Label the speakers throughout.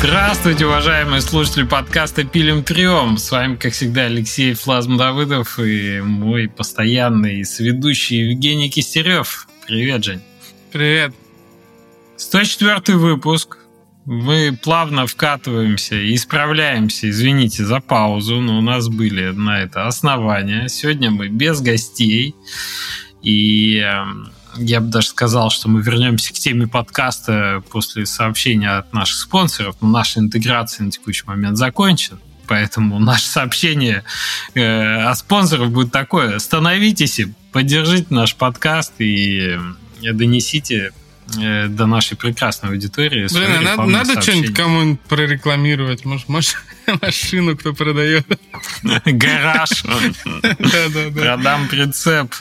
Speaker 1: Здравствуйте, уважаемые слушатели подкаста «Пилим трем». С вами, как всегда, Алексей Флазм Давыдов и мой постоянный соведущий Евгений Кистерев. Привет, Жень.
Speaker 2: Привет.
Speaker 1: 104-й выпуск. Мы плавно вкатываемся и исправляемся. Извините за паузу, но у нас были на это основания. Сегодня мы без гостей. И я бы даже сказал, что мы вернемся к теме подкаста после сообщения от наших спонсоров. Но наша интеграция на текущий момент закончена. Поэтому наше сообщение от спонсоров будет такое. Становитесь, поддержите наш подкаст и донесите до нашей прекрасной аудитории.
Speaker 2: Блин, надо что-нибудь кому-нибудь прорекламировать. Может, машину кто продает.
Speaker 1: Гараж. Продам прицеп.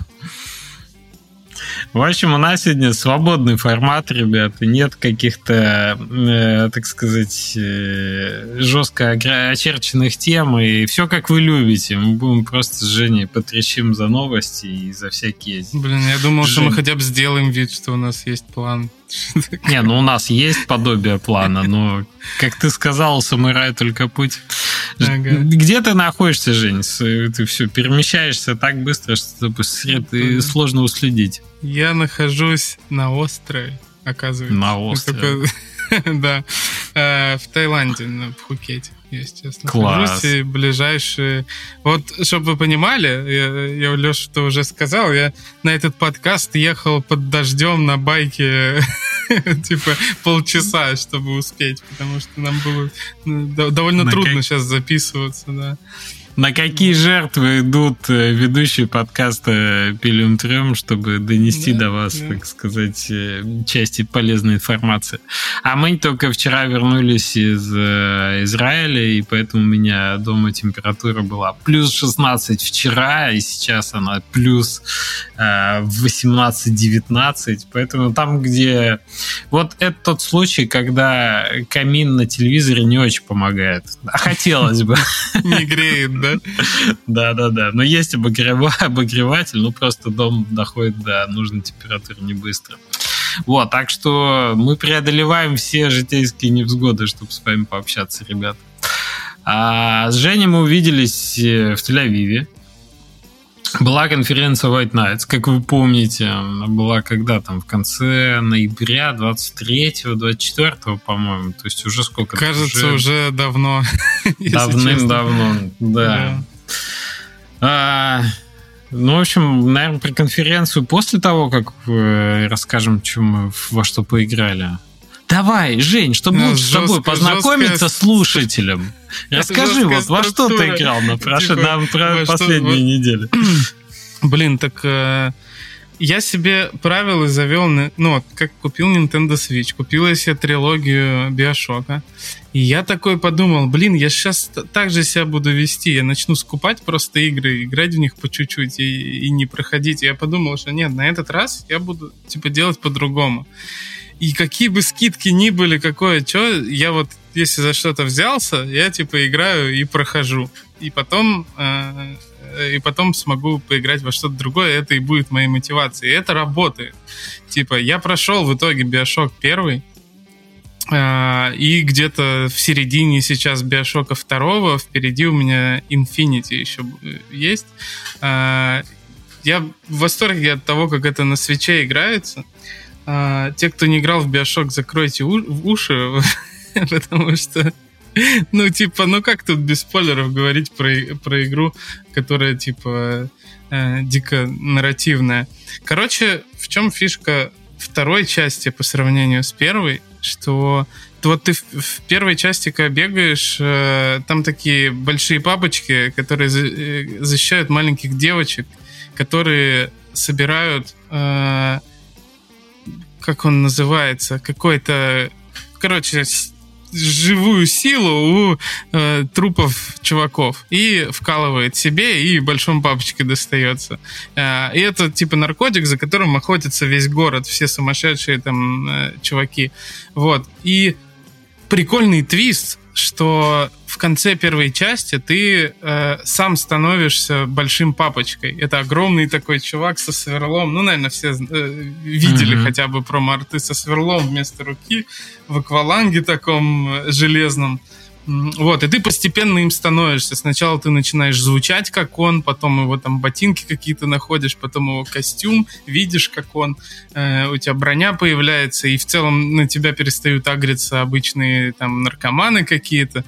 Speaker 1: В общем, у нас сегодня свободный формат, ребята. Нет каких-то, так сказать, жестко очерченных тем. И все, как вы любите. Мы будем просто с Женей потрещим за новости и за всякие...
Speaker 2: Блин, я думал, что мы хотя бы сделаем вид, что у нас есть план.
Speaker 1: Не, ну у нас есть подобие плана, но, как ты сказал, самурай только путь. Ага. Где ты находишься, Жень? Ты все перемещаешься так быстро, что сложно уследить.
Speaker 2: Я нахожусь на острове, оказывается.
Speaker 1: На острове.
Speaker 2: Да. В Таиланде, в Пхукете. Я сейчас
Speaker 1: нахожусь.
Speaker 2: И ближайшие... Вот, чтобы вы понимали, я Леша-то уже сказал, я на этот подкаст ехал под дождем на байке типа полчаса, чтобы успеть, потому что нам было довольно трудно сейчас записываться, да.
Speaker 1: На какие жертвы идут ведущие подкаста «Пилим трем», чтобы донести до вас, так сказать, части полезной информации. А мы только вчера вернулись из Израиля, и поэтому у меня дома температура была плюс 16 вчера, и сейчас она плюс 18-19. Поэтому там, где... Вот это тот случай, когда камин на телевизоре не очень помогает. А хотелось бы.
Speaker 2: Не греет, да?
Speaker 1: Да. Но есть обогреватель, но просто дом доходит до нужной температуры не быстро. Вот, так что мы преодолеваем все житейские невзгоды, чтобы с вами пообщаться, ребята. А с Женей мы увиделись в Тель-Авиве. Была конференция White Nights, как вы помните, она была когда там, в конце ноября, 23-го, 24-го, по-моему, то есть уже сколько?
Speaker 2: Кажется, уже давно.
Speaker 1: Давным-давно, да. Ну, в общем, наверное, про конференцию после того, как расскажем, во что поиграли. Давай, Жень, чтобы лучше с тобой познакомиться с слушателем. Расскажи, вот во что ты играл на последние недели.
Speaker 2: Блин, так я себе правила завел, как купил Nintendo Switch, купил я себе трилогию Биошока, и я такой подумал, блин, я сейчас так же себя буду вести, я начну скупать просто игры, играть в них по чуть-чуть и не проходить. И я подумал, что нет, на этот раз я буду делать по-другому. И какие бы скидки ни были, я вот, если за что-то взялся, я играю и прохожу. И потом смогу поиграть во что-то другое, это и будет моей мотивацией. И это работает. Я прошел в итоге Биошок 1, и где-то в середине сейчас Биошока 2, впереди у меня Infinity еще есть. Я в восторге от того, как это на свитче играется. Те, кто не играл в Биошок, закройте уши, потому что, как тут без спойлеров говорить про игру, которая, дико нарративная. Короче, в чем фишка второй части по сравнению с первой, что вот ты в первой части, когда бегаешь, там такие большие бабочки, которые защищают маленьких девочек, которые собирают... как он называется, живую силу у трупов чуваков и вкалывает себе, и большому бабочке достается. И это наркотик, за которым охотится весь город, все сумасшедшие там чуваки. Вот. И прикольный твист, что в конце первой части ты сам становишься большим папочкой. Это огромный такой чувак со сверлом. Ну, наверное, все видели хотя бы промо-арты со сверлом вместо руки в акваланге таком железном. Вот, и ты постепенно им становишься. Сначала ты начинаешь звучать, как он, потом его там ботинки какие-то находишь, потом его костюм, видишь, как он, у тебя броня появляется, и в целом на тебя перестают агриться обычные там наркоманы какие-то.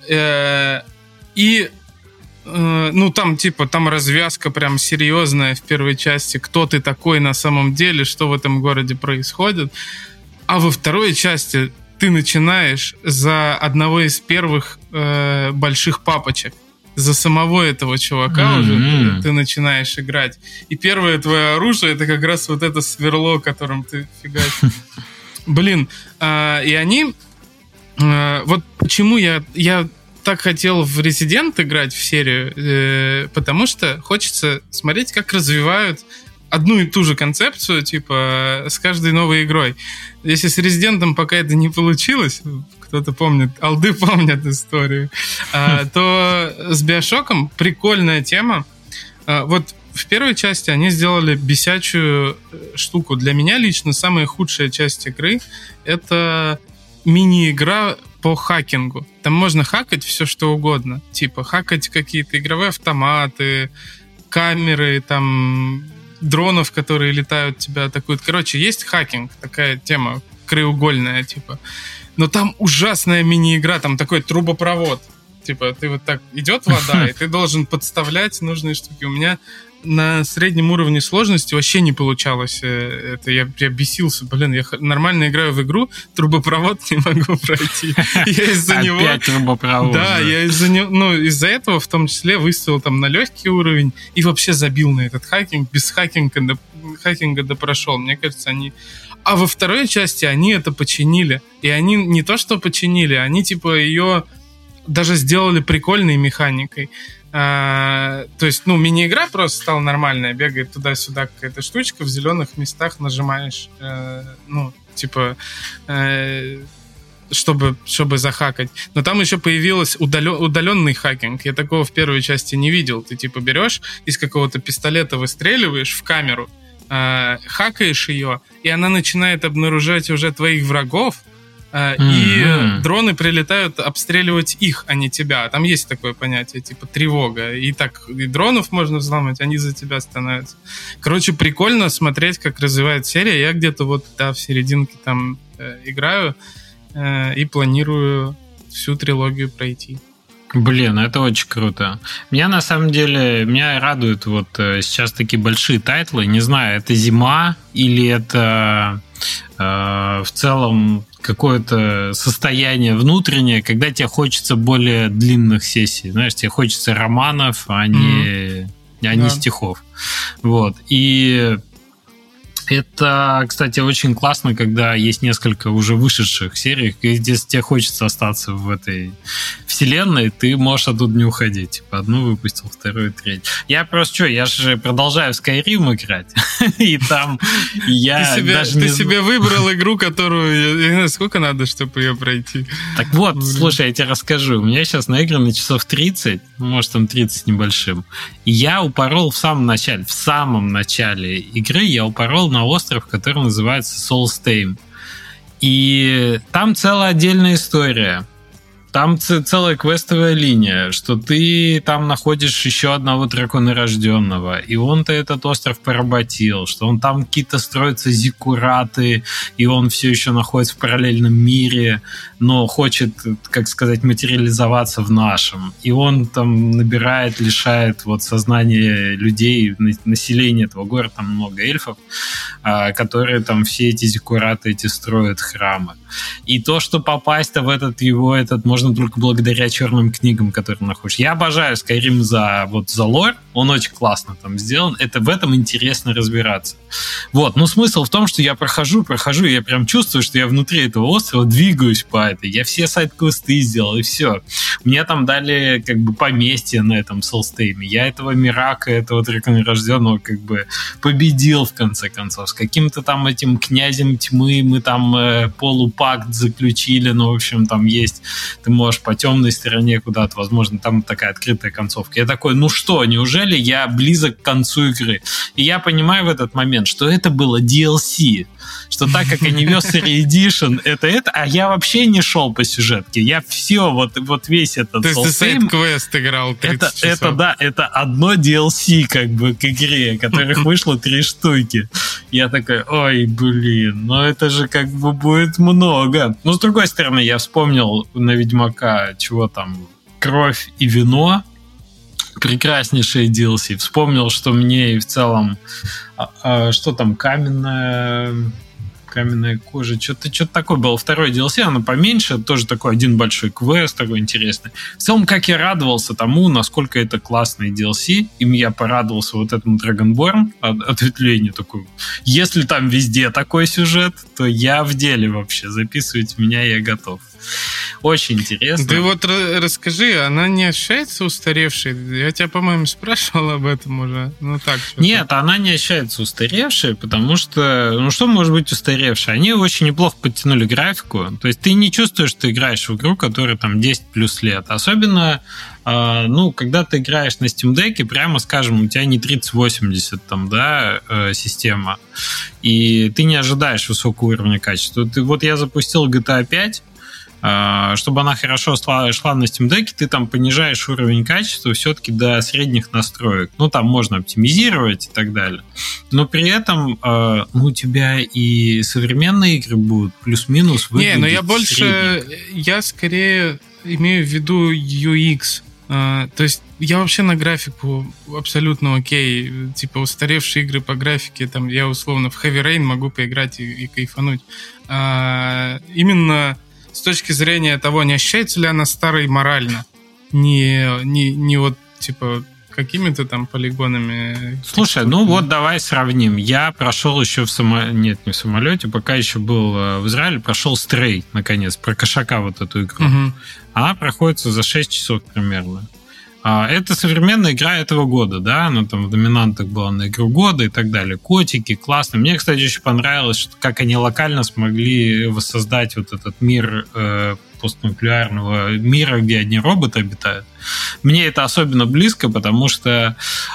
Speaker 2: Ну, там, типа, там развязка прям серьезная в первой части. Кто ты такой на самом деле, что в этом городе происходит. А во второй части ты начинаешь за одного из первых больших папочек. За самого этого чувака уже ты начинаешь играть. И первое твое оружие — это как раз вот это сверло, которым ты фигачишь. Блин, и они... Вот почему я так хотел в Resident играть в серию, потому что хочется смотреть, как развивают одну и ту же концепцию, типа, с каждой новой игрой. Если с Resident пока это не получилось, кто-то помнит, алды помнят историю, то с Bioshock прикольная тема. Вот в первой части они сделали бесячую штуку. Для меня лично самая худшая часть игры — это мини-игра по хакингу. Там можно хакать все, что угодно. Типа, хакать какие-то игровые автоматы, камеры, там... дронов, которые летают, тебя атакуют. Короче, есть хакинг, такая тема краеугольная, типа. Но там ужасная мини-игра, там такой трубопровод. Типа, ты вот так, идет вода, и ты должен подставлять нужные штуки. У меня на среднем уровне сложности вообще не получалось это. Я бесился. Блин, я нормально играю в игру, трубопровод не могу пройти. Я из-за него...
Speaker 1: Опять трубопровод.
Speaker 2: Да, я из-за этого в том числе выставил там на легкий уровень и вообще забил на этот хакинг. Без хакинга допрошел. Мне кажется, они... А во второй части они это починили. И они не то что починили, они типа ее даже сделали прикольной механикой. То есть, мини-игра просто стала нормальная, бегает туда-сюда какая-то штучка, в зеленых местах нажимаешь, чтобы захакать. Но там еще появился удаленный хакинг. Я такого в первой части не видел. Ты типа берешь, из какого-то пистолета выстреливаешь в камеру, хакаешь ее, и она начинает обнаружать уже твоих врагов, и дроны прилетают обстреливать их, а не тебя. Там есть такое понятие, типа тревога. И так и дронов можно взломать, они за тебя становятся. Короче, прикольно смотреть, как развивается серия. Я где-то вот в серединке там играю и планирую всю трилогию пройти.
Speaker 1: Блин, это очень круто. Меня на самом деле, радуют вот сейчас такие большие тайтлы. Не знаю, это зима или это в целом какое-то состояние внутреннее, когда тебе хочется более длинных сессий. Знаешь, тебе хочется романов, а не стихов. Вот. И это, кстати, очень классно, когда есть несколько уже вышедших серий, и если тебе хочется остаться в этой вселенной, ты можешь оттуда не уходить. Типа, одну выпустил, вторую, третью. Я же продолжаю в Skyrim играть, и там я
Speaker 2: Ты себе выбрал игру, которую... Сколько надо, чтобы ее пройти?
Speaker 1: Так вот, слушай, я тебе расскажу. У меня сейчас наиграно часов 30, может, там 30 небольшим, и я упорол в самом начале игры я упорол на остров, который называется Solstheim. И там целая отдельная история. Там целая квестовая линия, что ты там находишь еще одного драконорожденного, и он-то этот остров поработил, что он там какие-то строятся зиккураты, и он все еще находится в параллельном мире, но хочет, как сказать, материализоваться в нашем. И он там лишает вот сознания людей, населения этого города, там много эльфов, которые там все эти зиккураты эти строят храмы. И то, что попасть-то в этот можно только благодаря черным книгам, которые находишь. Я обожаю Skyrim за лор, он очень классно там сделан, в этом интересно разбираться. Вот, но смысл в том, что я прохожу, и я прям чувствую, что я внутри этого острова двигаюсь по этой, я все сайд-квесты сделал, и все. Мне там дали как бы поместье на этом Солстейме, я этого Мирака, этого драконорожденного как бы победил в конце концов, с каким-то там этим князем тьмы мы там полупакт заключили, в общем, там есть ты можешь по темной стороне куда-то, возможно, там такая открытая концовка. Я такой, ну что, неужели я близок к концу игры? И я понимаю в этот момент, что это было DLC, что так как Anniversary Edition это, а я вообще не шел по сюжетке. Я все, вот весь этот...
Speaker 2: То есть ты сайд-квест играл 30 часов.
Speaker 1: Это одно DLC как бы к игре, которых вышло 3 штуки. Я такой, ой, блин, ну это же как бы будет много. Но с другой стороны, я вспомнил на Ведьмака, чего там, Кровь и вино, прекраснейшие DLC. Вспомнил, что мне и в целом, что там, каменная кожа, что-то такое было. Второй DLC, оно поменьше, тоже такой один большой квест, такой интересный. В целом, как я радовался тому, насколько это классный DLC, и я порадовался вот этому Dragonborn ответвлению такой. Если там везде такой сюжет, то я в деле вообще. Записывать меня я готов. Очень интересно.
Speaker 2: Ты вот расскажи, она не ощущается устаревшей? Я тебя, по-моему, спрашивал об этом уже. Ну так.
Speaker 1: Нет, она не ощущается устаревшей, потому что, ну что может быть устаревшей? Они очень неплохо подтянули графику. То есть ты не чувствуешь, что ты играешь в игру, которая там 10 плюс лет. Особенно, ну, когда ты играешь на Steam Deck, прямо скажем, у тебя не 3080 там, да, система, и ты не ожидаешь высокого уровня качества. Вот я запустил GTA 5, чтобы она хорошо шла на Steam Deck, ты там понижаешь уровень качества все-таки до средних настроек. Ну, там можно оптимизировать и так далее. Но при этом у тебя и современные игры будут плюс-минус выглядеть.
Speaker 2: Не, но я скорее имею в виду UX. То есть я вообще на графику абсолютно окей. Типа устаревшие игры по графике, там я условно в Heavy Rain могу поиграть и кайфануть. Именно с точки зрения того, не ощущается ли она старой морально, не вот типа какими-то там полигонами.
Speaker 1: Слушай, ну вот давай сравним. Я прошел еще не в самолете, пока еще был в Израиле, прошел Stray, наконец, про кошака вот эту игру. Угу. Она проходится за 6 часов примерно. Это современная игра этого года, да, она там в доминантах была на игру года и так далее. Котики, классно. Мне, кстати, очень понравилось, что как они локально смогли воссоздать вот этот мир постнуклеарного мира, где одни роботы обитают. Мне это особенно близко, потому что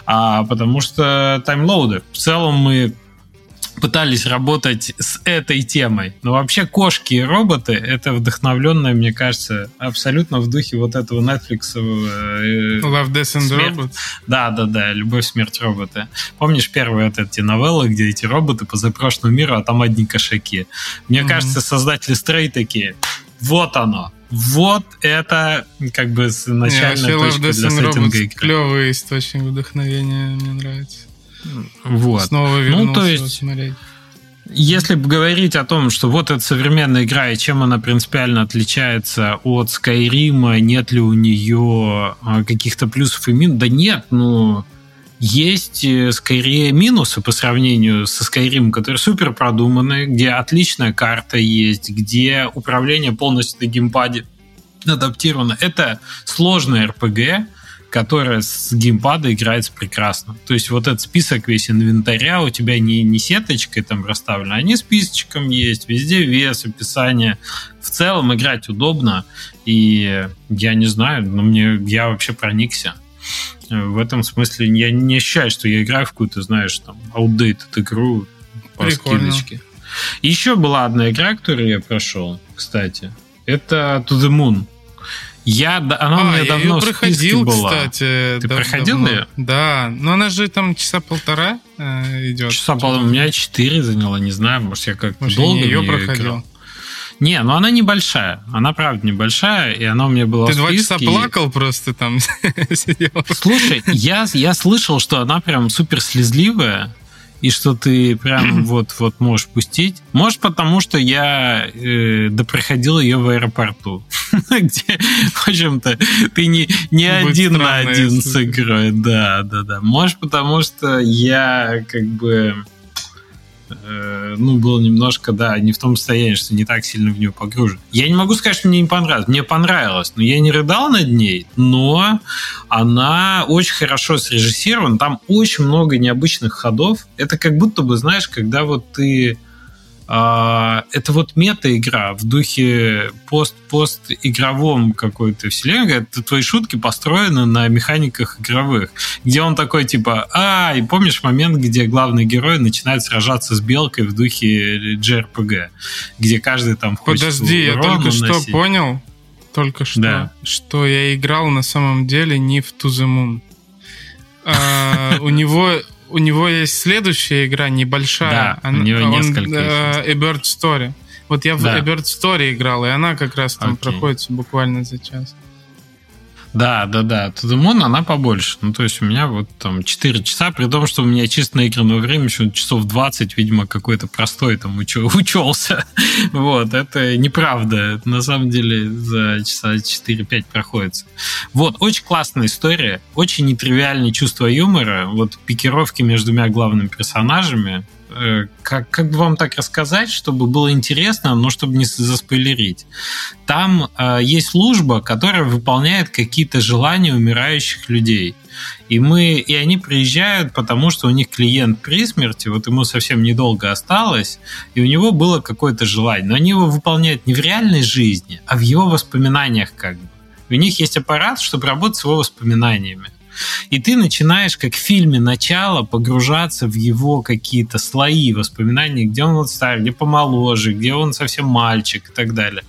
Speaker 1: таймлоуды. В целом мы пытались работать с этой темой. Но вообще кошки и роботы — это вдохновленное, мне кажется, абсолютно в духе вот этого Netflix
Speaker 2: Love, Death and Robots.
Speaker 1: Да, «Любовь, смерть, роботы». Помнишь первые вот эти новеллы, где эти роботы по запрошлому миру, а там одни кошаки? Мне кажется, создатели Stray такие: вот оно. Вот это как бы начальная точка для сеттинга игры.
Speaker 2: Клевый источник вдохновения, мне нравится.
Speaker 1: Вот.
Speaker 2: Снова вернулся, то есть, смотреть.
Speaker 1: Если бы говорить о том, что вот эта современная игра и чем она принципиально отличается от Skyrim, нет ли у нее каких-то плюсов и минусов? Да нет, есть скорее минусы по сравнению со Skyrim, который супер продуманный, где отличная карта есть, где управление полностью на геймпаде адаптировано. Это сложная RPG, которая с геймпада играется прекрасно. То есть вот этот список весь инвентаря у тебя не сеточкой там расставлен, а не списочком есть, везде вес, описание. В целом играть удобно, и я не знаю, но я вообще проникся. В этом смысле я не ощущаю, что я играю в какую-то, знаешь, там, outdated игру по скидочке. Еще была одна игра, которую я прошел, кстати. Это To the Moon. Она у меня давно в списке была.
Speaker 2: Кстати,
Speaker 1: ты проходил ее?
Speaker 2: Да, но она же там часа полтора идет.
Speaker 1: Часа полтора, у меня 4 заняло, не знаю, может я как-то долго
Speaker 2: ее проходил.
Speaker 1: Играл. Не, она небольшая. Она, правда, небольшая, и она у меня была в списке.
Speaker 2: Ты 2 часа плакал просто там сидел?
Speaker 1: Слушай, я слышал, что она прям супер слезливая, и что ты прям вот можешь пустить. Может, потому что я допроходил ее в аэропорту, где, в общем-то, ты не один на один с игрой. Да. Может, потому что я как бы был немножко, не в том состоянии, что не так сильно в нее погружен. Я не могу сказать, что мне не понравилось. Мне понравилось, но я не рыдал над ней, но она очень хорошо срежиссирована. Там очень много необычных ходов. Это как будто бы, знаешь, когда вот ты это вот мета-игра в духе пост-игровом какой-то вселенной. Это твои шутки построены на механиках игровых, где он такой типа, и помнишь момент, где главный герой начинает сражаться с белкой в духе JRPG, где каждый там хочет
Speaker 2: Подожди, я только что понял, что я играл на самом деле не в To the Moon. У него есть следующая игра, небольшая.
Speaker 1: Да, у него несколько.
Speaker 2: A Bird Story. Вот я в A Bird Story играл, и она как раз там проходит буквально за час.
Speaker 1: Да. To the Moon, она побольше. Ну, то есть у меня вот там 4 часа, при том, что у меня чисто наигранное время еще часов 20, видимо, какой-то простой там учелся. Вот, это неправда. Это, на самом деле за часа 4-5 проходится. Вот, очень классная история, очень нетривиальное чувство юмора, вот пикировки между двумя главными персонажами. Как бы вам так рассказать, чтобы было интересно, но чтобы не заспойлерить. Там есть служба, которая выполняет какие-то желания умирающих людей. И они приезжают, потому что у них клиент при смерти, вот ему совсем недолго осталось, и у него было какое-то желание. Но они его выполняют не в реальной жизни, а в его воспоминаниях как бы. У них есть аппарат, чтобы работать с его воспоминаниями. И ты начинаешь, как в фильме «Начало», погружаться в его какие-то слои воспоминаний, где он вот старый, где помоложе, где он совсем мальчик и так далее.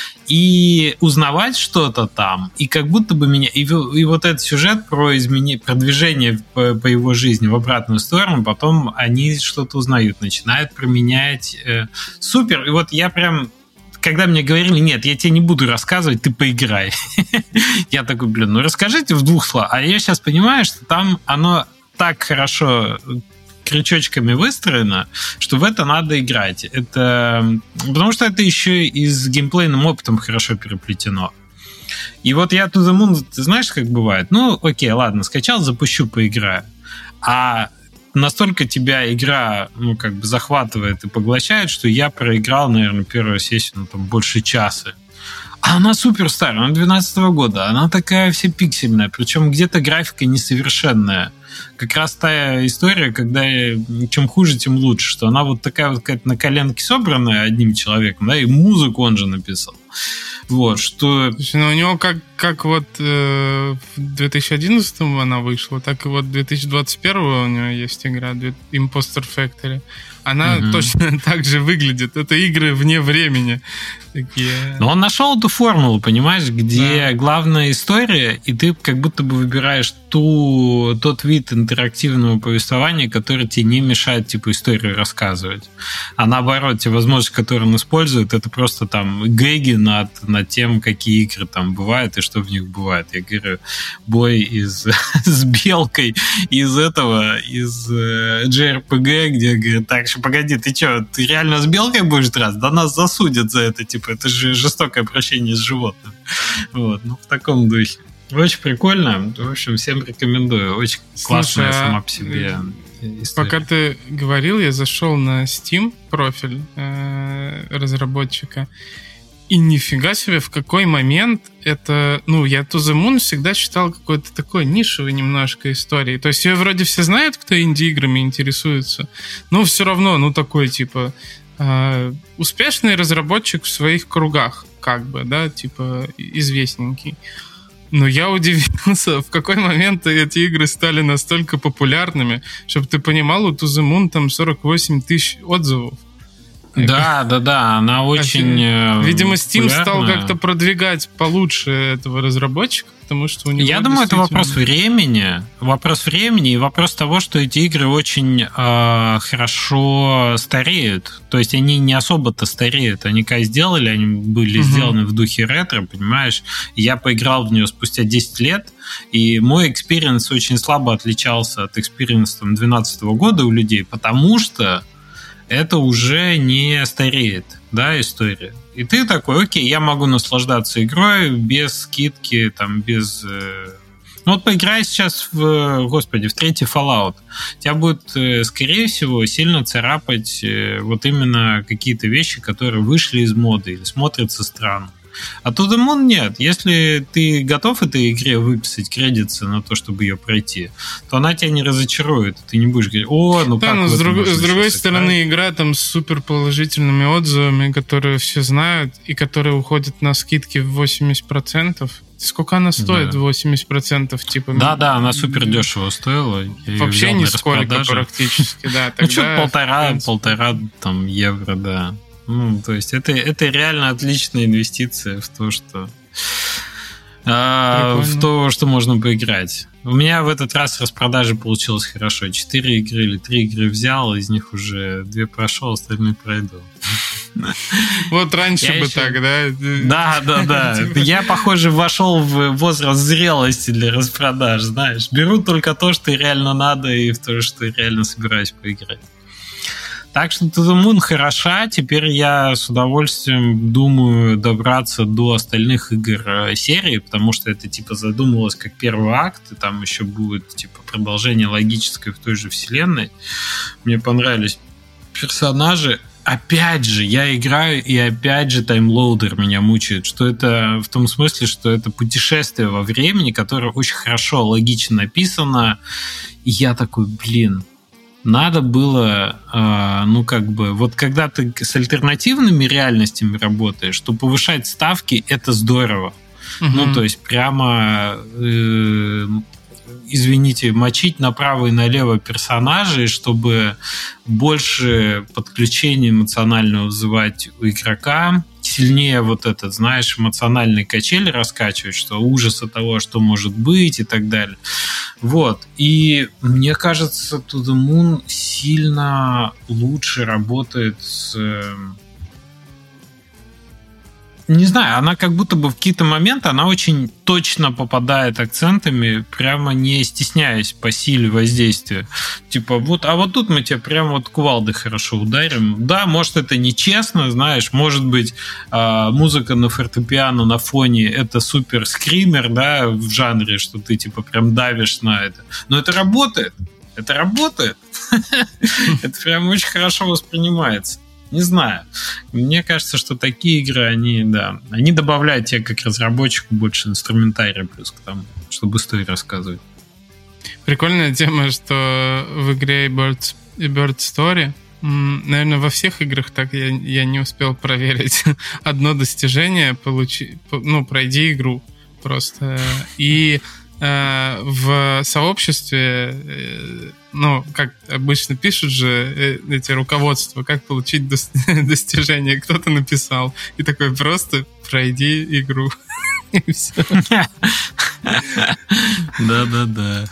Speaker 1: И узнавать что-то там, и как будто бы и вот этот сюжет про продвижение по его жизни в обратную сторону, потом они что-то узнают, начинают применять. Супер! И вот я прям... Когда мне говорили, нет, я тебе не буду рассказывать, ты поиграй. Я такой, расскажите в 2 словах. А я сейчас понимаю, что там оно так хорошо крючочками выстроено, что в это надо играть. Потому что это еще и с геймплейным опытом хорошо переплетено. И вот я To the Moon, ты знаешь, как бывает? Окей, ладно, скачал, запущу, поиграю. А настолько тебя игра, захватывает и поглощает, что я проиграл, наверное, первую сессию, больше часа. А она супер старая, она 2012 года, она такая вся пиксельная, причем где-то графика несовершенная. Как раз та история, когда чем хуже, тем лучше, что она вот такая вот какая-то на коленке собранная одним человеком, да, и музыку он же написал. Вот, что...
Speaker 2: Слушай, у него как вот в 2011-м она вышла, так и вот в 2021-м у него есть игра Imposter Factory. Она точно так же выглядит. Это игры вне времени. Такие.
Speaker 1: Но он нашел эту формулу, понимаешь, где главная история, и ты как будто бы выбираешь тот вид интерактивного повествования, который тебе не мешает историю рассказывать. А наоборот, те возможности, которые он использует, это просто там гэги над тем, какие игры там бывают и что в них бывает. Я говорю, бой с белкой из JRPG, где говорят, так, погоди, ты что, ты реально с белкой будешь драться? Да нас засудят за это, это же жестокое обращение с животным. Вот, в таком духе. Очень прикольно. В общем, всем рекомендую. Очень классная сама по себе история.
Speaker 2: Пока ты говорил, я зашел на Steam профиль разработчика, и нифига себе, в какой момент это... я To the Moon всегда считал какой-то такой нишевой немножко историей. То есть ее вроде все знают, кто инди-играми интересуется, но все равно, такой, успешный разработчик в своих кругах, как бы, да, известненький. Но я удивился, в какой момент эти игры стали настолько популярными, чтобы ты понимал, у To the Moon там 48 тысяч отзывов.
Speaker 1: Да, она очень
Speaker 2: видимо, Steam
Speaker 1: популярна.
Speaker 2: Стал как-то продвигать получше этого разработчика, потому что у него
Speaker 1: Я думаю, это вопрос времени. Вопрос времени и вопрос того, что эти игры очень хорошо стареют. То есть они не особо-то стареют. Они как сделали, они были сделаны в духе ретро, понимаешь? Я поиграл в нее спустя 10 лет, и мой экспириенс очень слабо отличался от экспириенса 2012 года у людей, потому что это уже не стареет, да, история. И ты такой, окей, я могу наслаждаться игрой без скидки, там, без... вот поиграй сейчас в третий Fallout. Тебя будет, скорее всего, сильно царапать вот именно какие-то вещи, которые вышли из моды или смотрятся странно. А To The Moon нет. Если ты готов этой игре выписать кредиты на то, чтобы ее пройти, то она тебя не разочарует. Ты не будешь говорить,
Speaker 2: да, но с другой стороны, игра там с супер положительными отзывами, которые все знают, и которые уходят на скидки в 80%. Сколько она стоит? Да. 80%? Типа,
Speaker 1: да, она супер дешево стоила.
Speaker 2: Вообще нисколько практически, да.
Speaker 1: Ну, что-то полтора там, евро, да. Ну, то есть это реально отличная инвестиция в то, что можно поиграть. У меня в этот раз распродажа получилась хорошо. 4 игры или 3 игры взял, из них уже 2 прошел, остальные пройду.
Speaker 2: Вот раньше бы так, да?
Speaker 1: Да. Я, похоже, вошел в возраст зрелости для распродаж, знаешь. Беру только то, что реально надо, и в то, что реально собираюсь поиграть. Так что To The Moon хороша. Теперь я с удовольствием думаю добраться до остальных игр серии, потому что это типа задумывалось как первый акт, и там еще будет типа продолжение логическое в той же вселенной. Мне понравились персонажи. Опять же, я играю, и опять же таймлоудер меня мучает. Что это в том смысле, что это путешествие во времени, которое очень хорошо, логично написано. И я такой, надо было, вот когда ты с альтернативными реальностями работаешь, то повышать ставки – это здорово. Ну, то есть прямо, извините, мочить направо и налево персонажей, чтобы больше подключения эмоционального вызывать у игрока, сильнее вот этот, знаешь, эмоциональные качели раскачивать, что ужас от того, что может быть и так далее. Вот. И мне кажется, To The Moon сильно лучше работает с... Не знаю, она как будто бы в какие-то моменты, она очень точно попадает акцентами, прямо не стесняясь по силе воздействия. Типа, вот тут мы тебя прямо вот кувалдой хорошо ударим. Да, может, это нечестно, знаешь, может быть, музыка на фортепиано на фоне это супер скример, да, в жанре, что ты типа прям давишь на это. Но это работает. Это работает. Это прям очень хорошо воспринимается. Не знаю. Мне кажется, что такие игры, они добавляют тебе как разработчику больше инструментария плюс к тому, чтобы историю рассказывать.
Speaker 2: Прикольная тема, что в игре Bird Story, наверное, во всех играх так я не успел проверить. Одно достижение пройди игру просто. И в сообществе, как обычно пишут же эти руководства, как получить достижение, кто-то написал. И такой, просто пройди игру. И все.
Speaker 1: Да.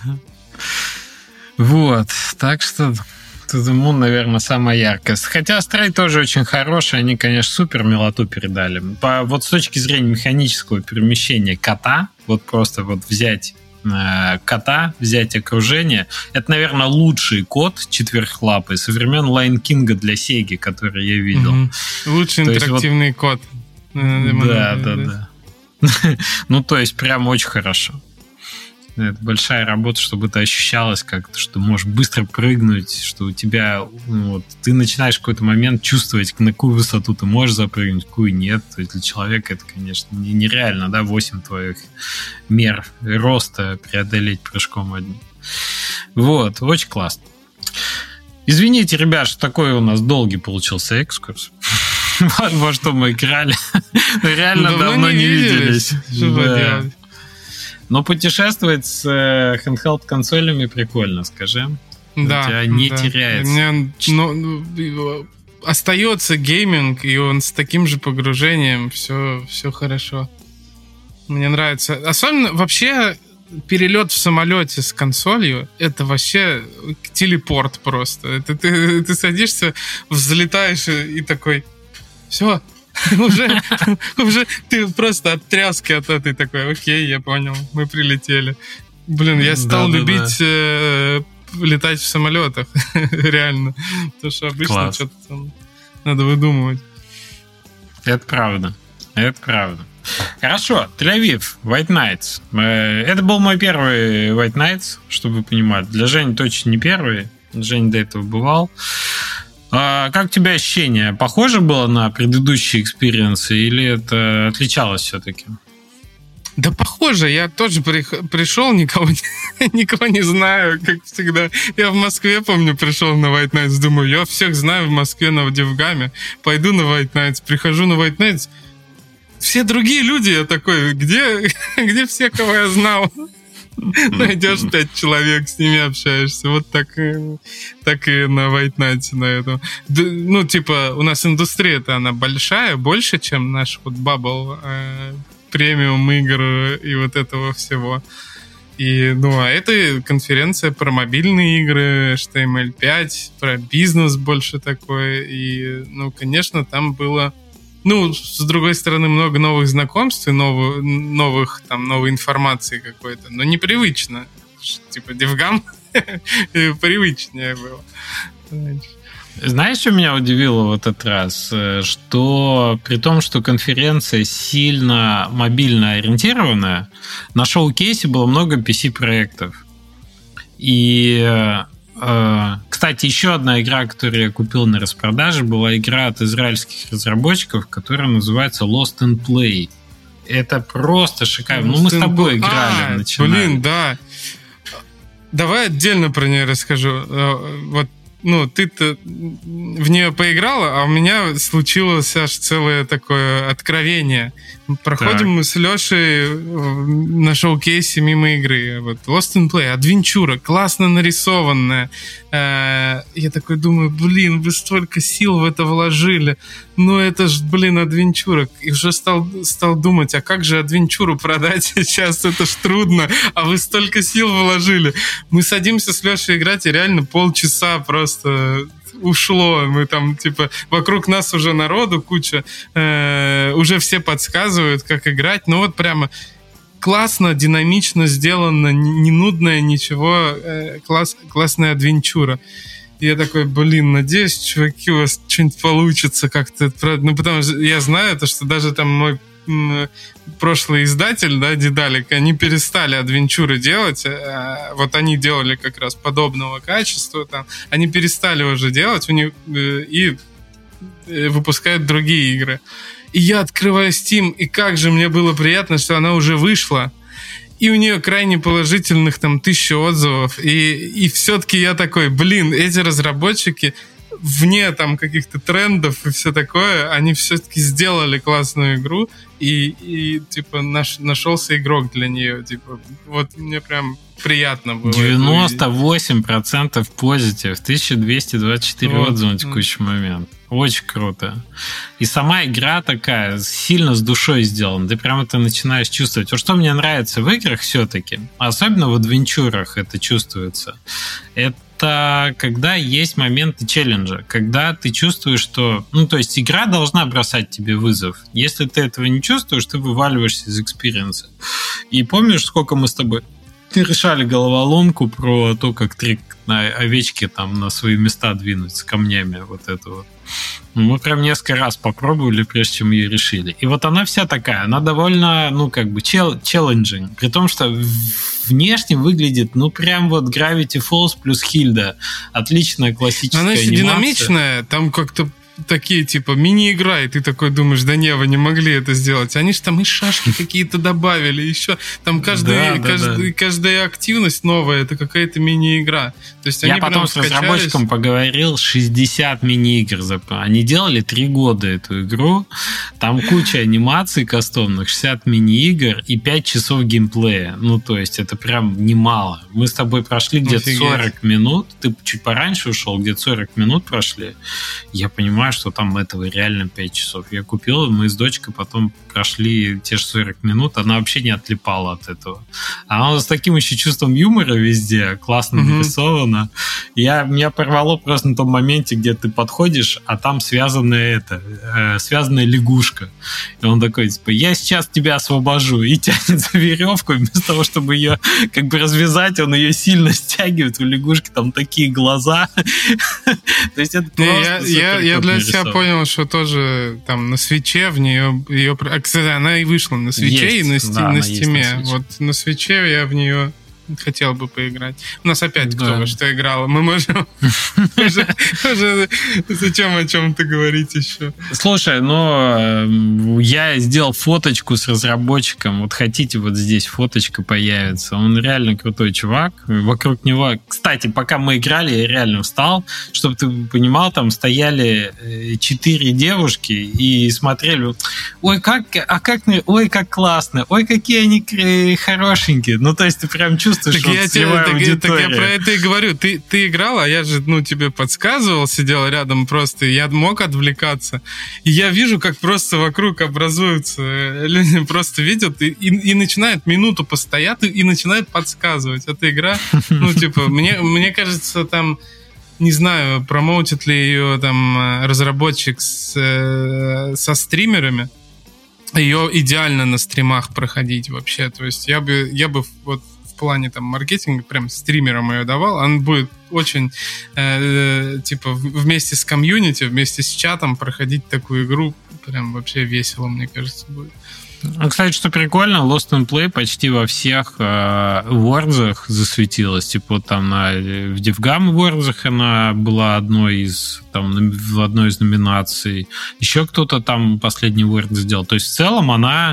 Speaker 1: Вот, так что To The Moon, наверное, самая яркая. Хотя Stray тоже очень хороший, они, конечно, супер милоту передали. Вот с точки зрения механического перемещения кота, вот просто вот взять кота, взять окружение, это, наверное, лучший кот четверхлапый со времен Lion King для Сеги, который я видел.
Speaker 2: Лучший интерактивный кот.
Speaker 1: Да. Ну, то есть, прям очень хорошо. Это большая работа, чтобы это ощущалось как-то, что ты можешь быстро прыгнуть, что у тебя... ты начинаешь в какой-то момент чувствовать, на какую высоту ты можешь запрыгнуть, какую нет. То есть для человека это, конечно, нереально, да, 8 твоих мер роста преодолеть прыжком одним. Вот, очень классно. Извините, ребят, что такой у нас долгий получился экскурс. Вот во что мы играли. Реально давно не виделись. Но путешествовать с handheld-консолями прикольно, скажи.
Speaker 2: Да.
Speaker 1: У тебя не теряется.
Speaker 2: Остается гейминг, и он с таким же погружением. Все хорошо. Мне нравится. Особенно вообще перелет в самолете с консолью — это вообще телепорт просто. Это ты садишься, взлетаешь и такой... Все. Уже ты просто от тряски от этой такой, окей, я понял, мы прилетели. Я стал любить летать в самолетах. Реально. Потому что обычно что-то там надо выдумывать.
Speaker 1: Это правда. Хорошо, Тель-Авив, White Nights. Это был мой первый White Nights, чтобы вы понимали. Для Жени точно не первый. Женя до этого бывал. А как у тебя ощущение? Похоже было на предыдущие экспириенсы или это отличалось все-таки?
Speaker 2: Да похоже, я тоже пришел, никого не знаю, как всегда. Я в Москве, помню, пришел на White Nights, думаю, я всех знаю в Москве на Девгаме, пойду на White Nights, прихожу на White Nights, все другие люди, я такой, где все, кого я знал? Найдешь 5 человек, с ними общаешься. Вот так и на White Night на этом. Ну, типа, у нас индустрия-то, она большая, больше, чем наш вот Bubble, премиум игр и вот этого всего. И, ну, а это конференция про мобильные игры, HTML5, про бизнес больше такой. И, ну, конечно, там было... Ну, с другой стороны, много новых знакомств и новой информации какой-то, но непривычно. Типа Девгам привычнее было.
Speaker 1: Знаешь, что меня удивило в этот раз? Что при том, что конференция сильно мобильно ориентированная, на шоу-кейсе было много PC-проектов. И... Кстати, еще одна игра, которую я купил на распродаже, была игра от израильских разработчиков, которая называется Lost in Play. Это просто шикарно. Ну, мы с тобой играли, начинали.
Speaker 2: Блин, да. Давай отдельно про нее расскажу. Вот, ну, ты-то в нее поиграла, а у меня случилось аж целое такое откровение. Проходим мы с Лешей на шоу-кейсе мимо игры. Вот, Lost in Play, адвенчура, классно нарисованная. Я такой думаю, блин, вы столько сил в это вложили. Ну, это ж, блин, адвенчура. И уже стал думать, а как же адвенчуру продать сейчас? Это ж трудно. А вы столько сил вложили. Мы садимся с Лешей играть, и реально полчаса просто... ушло, мы там, типа, вокруг нас уже народу куча, уже все подсказывают, как играть, ну вот прямо классно, динамично сделано, не нудное ничего, классная адвенчура. И я такой, блин, надеюсь, чуваки, у вас что-нибудь получится как-то, ну потому что я знаю, то, что даже там мой прошлый издатель, да, Дедалик, они перестали адвенчуры делать, вот они делали как раз подобного качества, там, они перестали уже делать у них, и выпускают другие игры. И я открываю Steam, и как же мне было приятно, что она уже вышла, и у нее крайне положительных там 1000 отзывов, и все-таки я такой, блин, эти разработчики вне там каких-то трендов и все такое, они все-таки сделали классную игру, и типа нашелся игрок для нее. Типа, вот мне прям приятно было.
Speaker 1: 98% позитив, 1224 отзыва на текущий момент. Очень круто. И сама игра такая, сильно с душой сделана. Ты прям это начинаешь чувствовать. Вот что мне нравится в играх все-таки, особенно в адвенчурах это чувствуется, это когда есть моменты челленджа, когда ты чувствуешь, что... Ну, то есть игра должна бросать тебе вызов. Если ты этого не чувствуешь, ты вываливаешься из экспириенса. И помнишь, сколько мы с тобой решали головоломку про то, как три овечки там на свои места двинуть с камнями, вот это вот. Мы прям несколько раз попробовали, прежде чем ее решили. И вот она вся такая, она довольно, ну, как бы, челленджинг. При том, что внешне выглядит, ну, прям вот Gravity Falls плюс Хильда. Отличная классическая
Speaker 2: она
Speaker 1: анимация.
Speaker 2: Она динамичная, там как-то такие, типа, мини-игра, и ты такой думаешь, да не, вы не могли это сделать. Они же там и шашки какие-то добавили, еще там каждая активность новая, это какая-то мини-игра. То есть
Speaker 1: я потом с разработчиком поговорил, 60 мини-игр. Они делали 3 года эту игру, там куча анимаций кастомных, 60 мини-игр и 5 часов геймплея. Ну, то есть это прям немало. Мы с тобой прошли где-то 40 минут, ты чуть пораньше ушел, где-то 40 минут прошли. Я понимаю, что там этого реально 5 часов. Я купил, мы с дочкой потом прошли те же 40 минут, она вообще не отлипала от этого. Она с таким еще чувством юмора везде, классно нарисована. Меня порвало просто на том моменте, где ты подходишь, а там связанная лягушка. И он такой, типа, я сейчас тебя освобожу. И тянет за веревку, и вместо того, чтобы ее как бы развязать, он ее сильно стягивает. У лягушки там такие глаза. То есть это просто
Speaker 2: я для себя понял, что тоже там на свитче в нее... Кстати, она и вышла на свитче и на стиме. Вот на свитче я в нее хотел бы поиграть. У нас опять кто во что играл. Мы можем уже зачем о чем-то говорить еще.
Speaker 1: Слушай, я сделал фоточку с разработчиком. Вот хотите, вот здесь фоточка появится. Он реально крутой чувак. Вокруг него... Кстати, пока мы играли, я реально встал, чтобы ты понимал, там стояли 4 девушки и смотрели. Ой, как классно. Ой, какие они хорошенькие. Ну, то есть ты прям чувствуешь,
Speaker 2: так я про это и говорю. Ты играл, а я же, тебе подсказывал, сидел рядом просто, и я мог отвлекаться. И я вижу, как просто вокруг образуются, люди просто видят и начинают минуту постоять и начинают подсказывать. Эта игра, мне кажется, там, не знаю, промоутит ли ее там разработчик со стримерами. Ее идеально на стримах проходить вообще. То есть я бы вот в плане там маркетинга прям стримерам ее давал. Он будет очень вместе с комьюнити, вместе с чатом проходить такую игру. Прям вообще весело, мне кажется, будет.
Speaker 1: Кстати, что прикольно, Lost in Play почти во всех вордзах засветилась. Типа вот там в DevGam вордзах она была в одной из номинаций. Еще кто-то там последний ворд сделал. То есть в целом она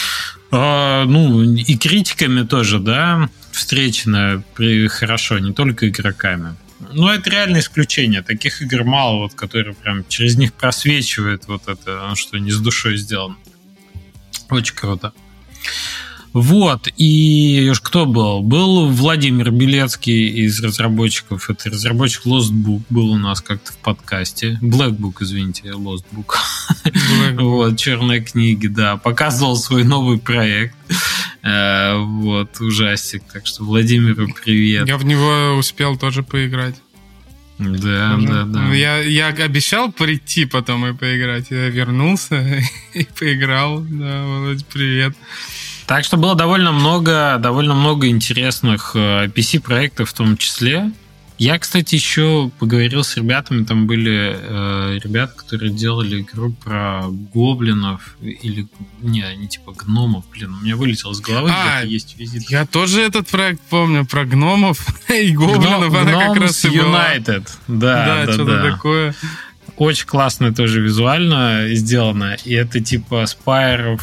Speaker 1: и критиками тоже, да, встречена хорошо, не только игроками. Но это реально исключение. Таких игр мало, вот, которые прям через них просвечивает вот это, что не с душой сделано. Очень круто. Вот, и кто был? Был Владимир Белецкий из разработчиков. Это разработчик Lost Book был у нас как-то в подкасте. Black Book, извините, Lost Book. Вот, черные книги, да. Показывал свой новый проект. Вот, ужастик. Так что Владимиру привет.
Speaker 2: Я в него успел тоже поиграть.
Speaker 1: Да.
Speaker 2: Я обещал прийти потом и поиграть. Я вернулся и поиграл. Да, Володь, привет.
Speaker 1: Так что было довольно много интересных PC-проектов в том числе. Я, кстати, еще поговорил с ребятами. Там были ребята, которые делали игру про гоблинов или... Не, они типа гномов. Блин, у меня вылетело из головы.
Speaker 2: Есть визит. Я тоже этот проект помню про гномов и гоблинов. Она как раз и была.
Speaker 1: United. Да,
Speaker 2: что-то такое.
Speaker 1: Очень классно тоже визуально сделано. И это типа Spire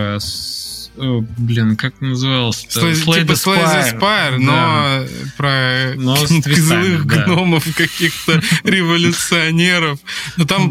Speaker 1: как назывался?
Speaker 2: Slay the Spire, но про злых гномов, каких-то революционеров. Но там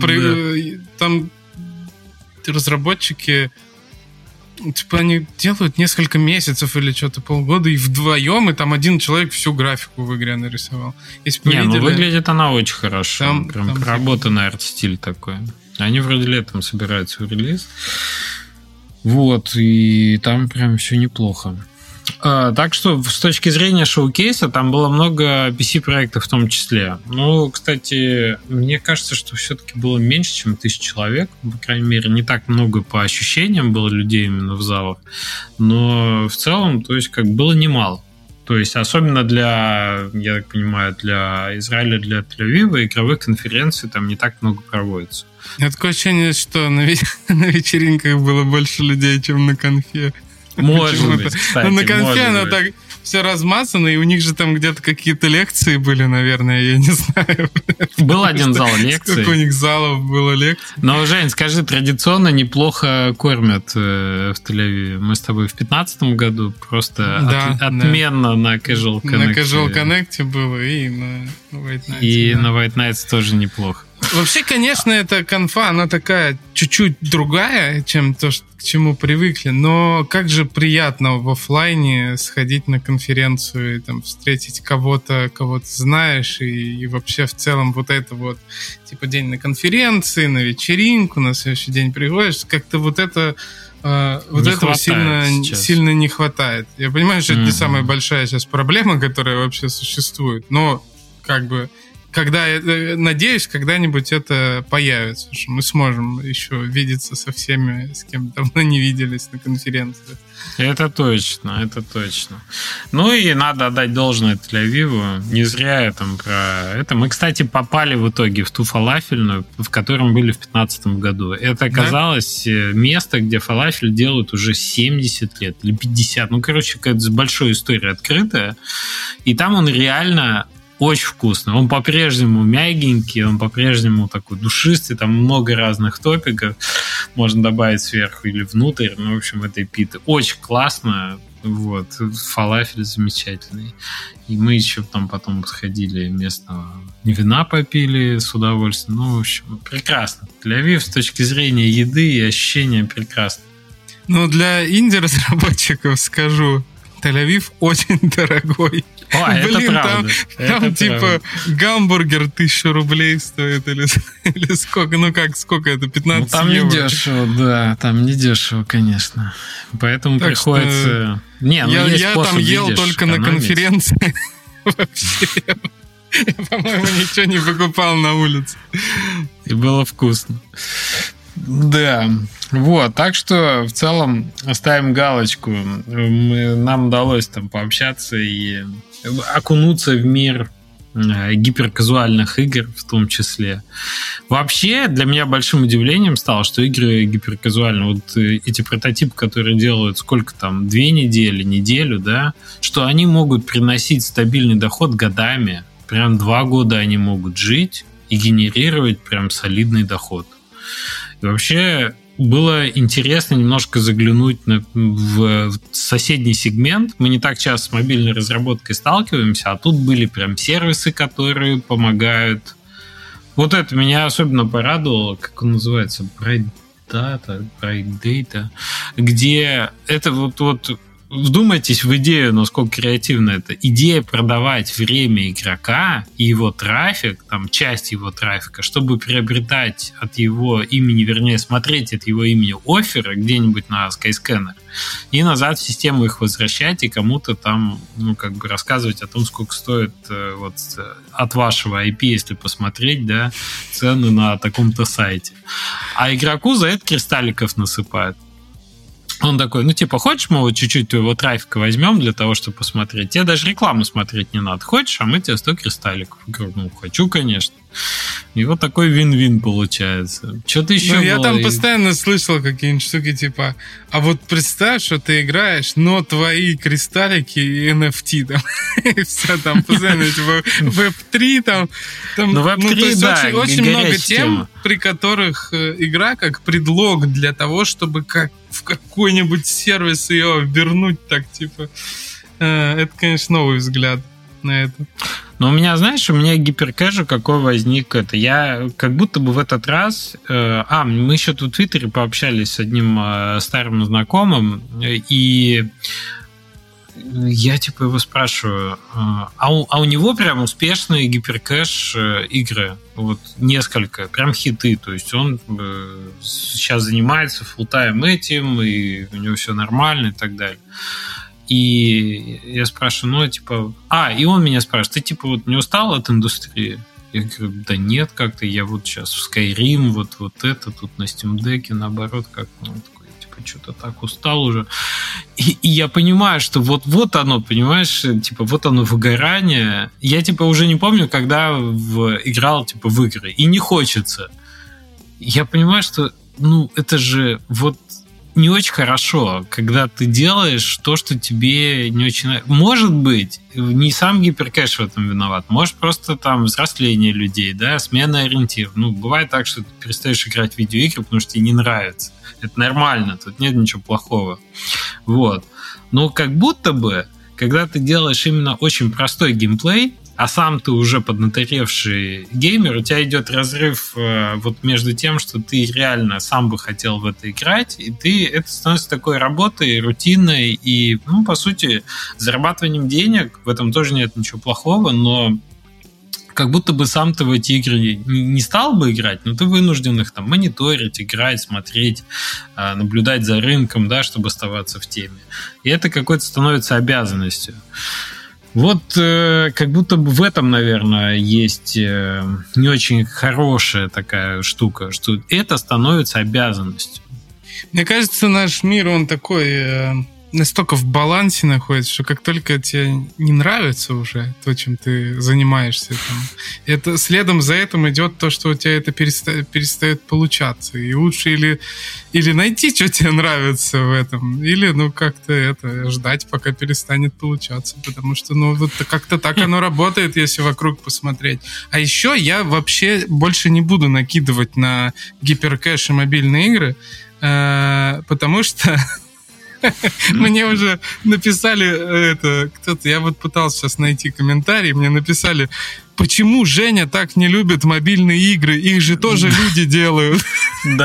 Speaker 2: разработчики они делают несколько месяцев или что-то полгода и вдвоем, и там один человек всю графику в игре нарисовал.
Speaker 1: Выглядит она очень хорошо. Там проработанный арт-стиль такой. Они вроде летом собираются в релиз. Вот, и там прям все неплохо. Так что с точки зрения шоу-кейса там было много PC-проектов в том числе. Ну, кстати, мне кажется, что все-таки было меньше, чем 1000 человек. По крайней мере, не так много по ощущениям было людей именно в залах. Но в целом, то есть, было немало. То есть, особенно для, я так понимаю, для Израиля, для Тель-Авива игровых конференций там не так много проводится.
Speaker 2: У меня такое ощущение, что на вечеринках было больше людей, чем на конфе.
Speaker 1: Может быть, кстати.
Speaker 2: На конфе она так все размазано, и у них же там где-то какие-то лекции были, наверное, я не знаю.
Speaker 1: Был один зал лекций.
Speaker 2: Сколько у них залов было лекций.
Speaker 1: Но, Жень, скажи, традиционно неплохо кормят в Тель-Авиве. Мы с тобой в 2015 году просто отменно на Casual Connect.
Speaker 2: На Casual Connect было, и на White Nights.
Speaker 1: И на White Nights тоже неплохо.
Speaker 2: Вообще, конечно, эта конфа, она такая чуть-чуть другая, чем то, к чему привыкли, но как же приятно в офлайне сходить на конференцию и там встретить кого-то, кого ты знаешь, и вообще в целом вот это вот, типа день на конференции, на вечеринку, на следующий день приходишь, как-то вот это... Вот этого сильно не хватает. Я понимаю, что это не самая большая сейчас проблема, которая вообще существует, но как бы надеюсь, когда-нибудь это появится, что мы сможем еще видеться со всеми, с кем давно не виделись на конференции.
Speaker 1: Это точно. Ну и надо отдать должное Тель-Авиву. Не зря я там про это. Мы, кстати, попали в итоге в ту фалафельную, в котором были в 2015 году. Это оказалось место, где фалафель делают уже 70 лет или 50. Ну, короче, какая-то большая история открытая. И там он реально очень вкусно. Он по-прежнему мягенький, он по-прежнему такой душистый, там много разных топиков можно добавить сверху или внутрь. Ну, в общем, этой питы. Очень классно. Вот. Фалафель замечательный. И мы еще там потом сходили местного вина попили с удовольствием. Ну, в общем, прекрасно. Тель-Авив с точки зрения еды и ощущения прекрасно.
Speaker 2: Ну, для инди-разработчиков скажу, Тель-Авив очень дорогой.
Speaker 1: Это правда.
Speaker 2: Там типа гамбургер 1000 рублей стоит или сколько? Ну как, сколько это? 15
Speaker 1: там
Speaker 2: евро?
Speaker 1: Не дешево, да. Там не дешево, конечно. Поэтому так приходится...
Speaker 2: Я там ел только на конференции. Вообще. Я, по-моему, ничего не покупал на улице.
Speaker 1: И было вкусно. Да, вот, так что в целом ставим галочку. Нам удалось там пообщаться и окунуться в мир гиперказуальных игр в том числе. Вообще, для меня большим удивлением стало, что игры гиперказуальные, вот эти прототипы, которые делают сколько там, 2 недели, неделю, да, что они могут приносить стабильный доход годами. Прям 2 года они могут жить и генерировать прям солидный доход. И вообще было интересно немножко заглянуть в соседний сегмент. Мы не так часто с мобильной разработкой сталкиваемся, а тут были прям сервисы, которые помогают. Вот это меня особенно порадовало, как он называется, Bright Data, где это вот вдумайтесь в идею, насколько креативна это. Идея продавать время игрока и его трафик, там часть его трафика, чтобы приобретать от его имени, вернее, смотреть от его имени офферы где-нибудь на Skyscanner и назад в систему их возвращать и кому-то там, ну, как бы рассказывать о том, сколько стоит вот от вашего IP, если посмотреть, да, цены на таком-то сайте. А игроку за это кристалликов насыпают. Он такой, ну, типа, хочешь, мы вот чуть-чуть твоего трафика возьмем для того, чтобы посмотреть? Тебе даже рекламу смотреть не надо. Хочешь, а мы тебе 100 кристалликов. Я говорю, ну, хочу, конечно. И вот такой вин-вин получается. Что-то еще было.
Speaker 2: Я там постоянно слышал какие-нибудь штуки, типа, а вот представь, что ты играешь, но твои кристаллики и NFT там. И все, там постоянно, типа, Web3 там.
Speaker 1: Ну, Web3, да,
Speaker 2: очень много тем, при которых игра как предлог для того, чтобы как в какой-нибудь сервис ее вернуть так, типа. Это, конечно, новый взгляд на это.
Speaker 1: Но у меня, знаешь, гиперкэжу какой возник это. Я как будто бы в этот раз... мы еще тут в Твиттере пообщались с одним старым знакомым, и я типа его спрашиваю, а у него прям успешные гиперкэш игры, вот несколько, прям хиты, то есть он сейчас занимается фулл-тайм этим, и у него все нормально и так далее. И я спрашиваю, и он меня спрашивает, ты типа вот не устал от индустрии? Я говорю, да нет, как-то я вот сейчас в Skyrim, вот это, тут на Steam Deck'е, наоборот, как-то он такой, типа, что-то так устал уже. И я понимаю, что вот оно, понимаешь, типа, вот оно выгорание. Я, типа, уже не помню, когда играл, типа, в игры, и не хочется. Я понимаю, что, это же вот не очень хорошо, когда ты делаешь то, что тебе не очень нравится. Может быть, не сам гиперкэш в этом виноват, может просто там взросление людей, да, смена ориентиров. Бывает так, что ты перестаешь играть в видеоигры, потому что тебе не нравится. Это нормально, тут нет ничего плохого. Вот. Но как будто бы, когда ты делаешь именно очень простой геймплей, а сам ты уже поднаторевший геймер, у тебя идет разрыв вот между тем, что ты реально сам бы хотел в это играть, и это становится такой работой, рутиной, и, по сути, зарабатыванием денег, в этом тоже нет ничего плохого, но как будто бы сам ты в эти игры не стал бы играть, но ты вынужден их там мониторить, играть, смотреть, наблюдать за рынком, да, чтобы оставаться в теме. И это какой-то становится обязанностью. Вот как будто бы в этом, наверное, есть не очень хорошая такая штука, что это становится обязанностью.
Speaker 2: Мне кажется, наш мир, он такой настолько в балансе находится, что как только тебе не нравится уже то, чем ты занимаешься, там, это следом за этим идет то, что у тебя это перестает получаться. И лучше или найти, что тебе нравится в этом, или как-то это ждать, пока перестанет получаться. Потому что вот как-то так оно работает, если вокруг посмотреть. А еще я вообще больше не буду накидывать на гиперкэш и мобильные игры, потому что мне уже написали кто-то, я вот пытался сейчас найти комментарий, мне написали, почему Женя так не любит мобильные игры, их же тоже люди делают.
Speaker 1: Да.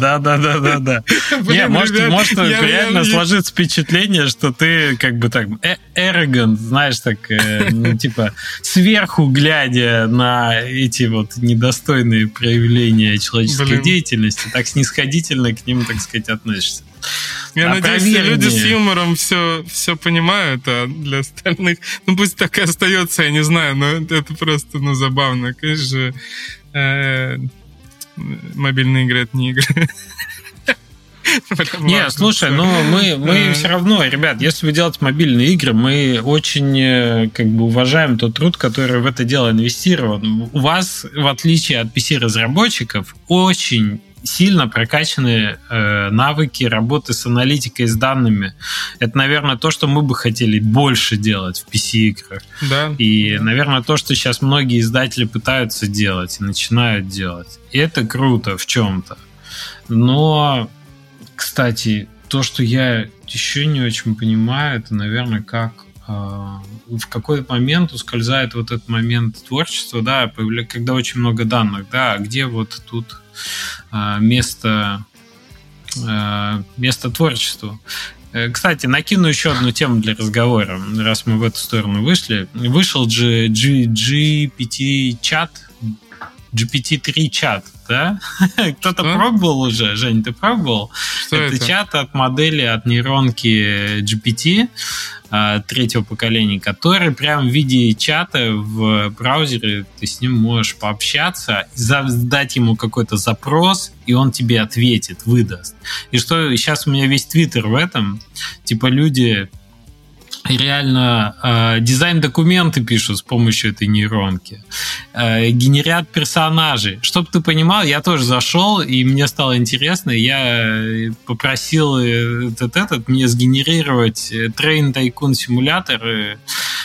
Speaker 1: Может реально сложится впечатление, что ты как бы так arrogant, знаешь, так, типа сверху глядя на эти вот недостойные проявления человеческой деятельности, так снисходительно к ним, так сказать, относишься.
Speaker 2: Я надеюсь, что люди с юмором все понимают, а для остальных, пусть так и остается, я не знаю, но это просто, забавно. Конечно же, мобильные игры — это не игры.
Speaker 1: Не, слушай, мы все равно, ребят, если вы делаете мобильные игры, мы очень как бы уважаем тот труд, который в это дело инвестирован. У вас, в отличие от PC-разработчиков, очень сильно прокачаны навыки работы с аналитикой, с данными. Это, наверное, то, что мы бы хотели больше делать в PC-играх.
Speaker 2: Да.
Speaker 1: И, наверное, то, что сейчас многие издатели пытаются делать и начинают делать. И это круто в чем-то. Но, кстати, то, что я еще не очень понимаю, это, наверное, как в какой-то момент ускользает вот этот момент творчества, да, когда очень много данных, да, где вот тут место творчеству. Кстати, накину еще одну тему для разговора, раз мы в эту сторону вышли. Вышел же GPT-чат, GPT-3 чат, да? Кто-то пробовал уже? Жень, ты пробовал? Это чат от модели, от нейронки GPT третьего поколения, который прям в виде чата в браузере, ты с ним можешь пообщаться, задать ему какой-то запрос, и он тебе ответит, выдаст. И что сейчас у меня весь твиттер в этом, типа люди реально дизайн-документы пишут с помощью этой нейронки, генерят персонажей. Чтоб ты понимал, я тоже зашел, и мне стало интересно, я попросил этот мне сгенерировать Train Tycoon Simulator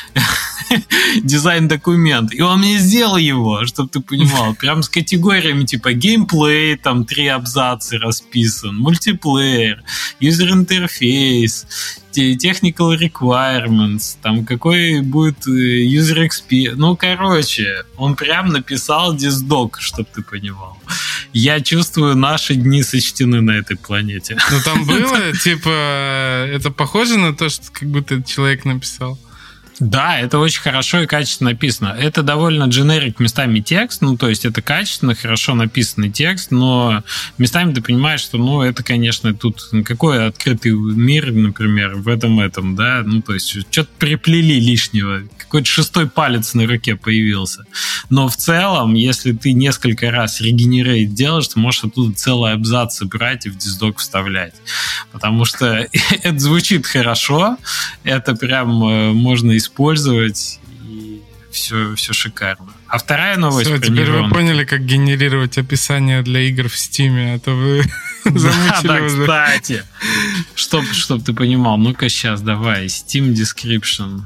Speaker 1: дизайн-документ, и он мне сделал его, чтобы ты понимал, прям с категориями типа геймплей, там 3 абзаца расписан, мультиплеер, юзер-интерфейс, technical requirements, там какой будет user experience. Ну, короче, он прям написал диздок, чтобы ты понимал. Я чувствую, наши дни сочтены на этой планете.
Speaker 2: Ну, там было, типа, это похоже на то, что как будто человек написал?
Speaker 1: Да, это очень хорошо и качественно написано. Это довольно дженерик местами текст, ну, то есть это качественно, хорошо написанный текст, но местами ты понимаешь, что, ну, это, конечно, тут какой открытый мир, например, в этом, да, ну, то есть что-то приплели лишнего, какой-то 6-й палец на руке появился. Но в целом, если ты несколько раз регенерейт делаешь, ты можешь оттуда целые абзацы брать и в диздок вставлять. Потому что это звучит хорошо, это прям можно использовать, и все шикарно. А вторая новость про
Speaker 2: теперь
Speaker 1: нейронку.
Speaker 2: Вы поняли, как генерировать описание для игр в Steam, а то вы замучили уже.
Speaker 1: Да, кстати. Чтоб ты понимал, ну-ка сейчас давай, Steam Description.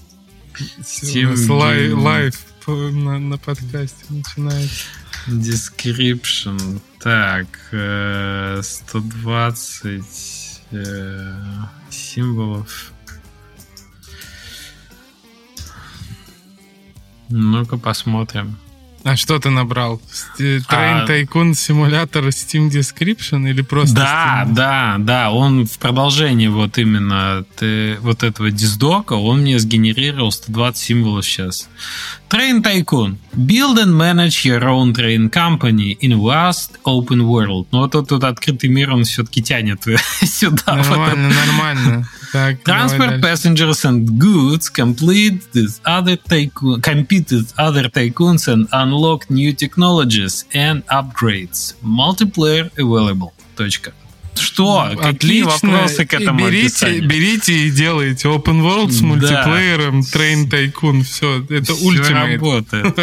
Speaker 2: Лайв на подкасте начинается.
Speaker 1: Description. Так, 120 символов. Ну-ка посмотрим.
Speaker 2: А что ты набрал? Train Tycoon Simulator Steam Description или просто Steam?
Speaker 1: Да, он в продолжении вот именно вот этого диздока, он мне сгенерировал 120 символов сейчас. Train Tycoon. Build and manage your own train company in vast open world. Ну, вот тут открытый мир, он все-таки тянет сюда.
Speaker 2: Нормально. Так,
Speaker 1: Transport passengers and goods, compete with other tycoons and unlock new technologies and upgrades. Multiplayer available. Точка. Что? Какие вопросы к этому описанию?
Speaker 2: Берите и делайте open world с мультиплеером, Train Tycoon. Все, это ультимейт.
Speaker 1: Работает.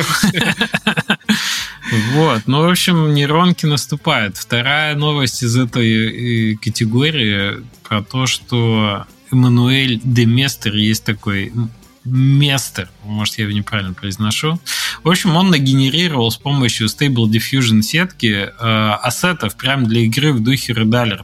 Speaker 1: Вот. Ну, в общем, нейронки наступают. Вторая новость из этой категории про то, что Эммануэль де Местер, есть такой Местер, может, я его неправильно произношу. В общем, он нагенерировал с помощью Stable Diffusion сетки ассетов прямо для игры в духе Red Alert.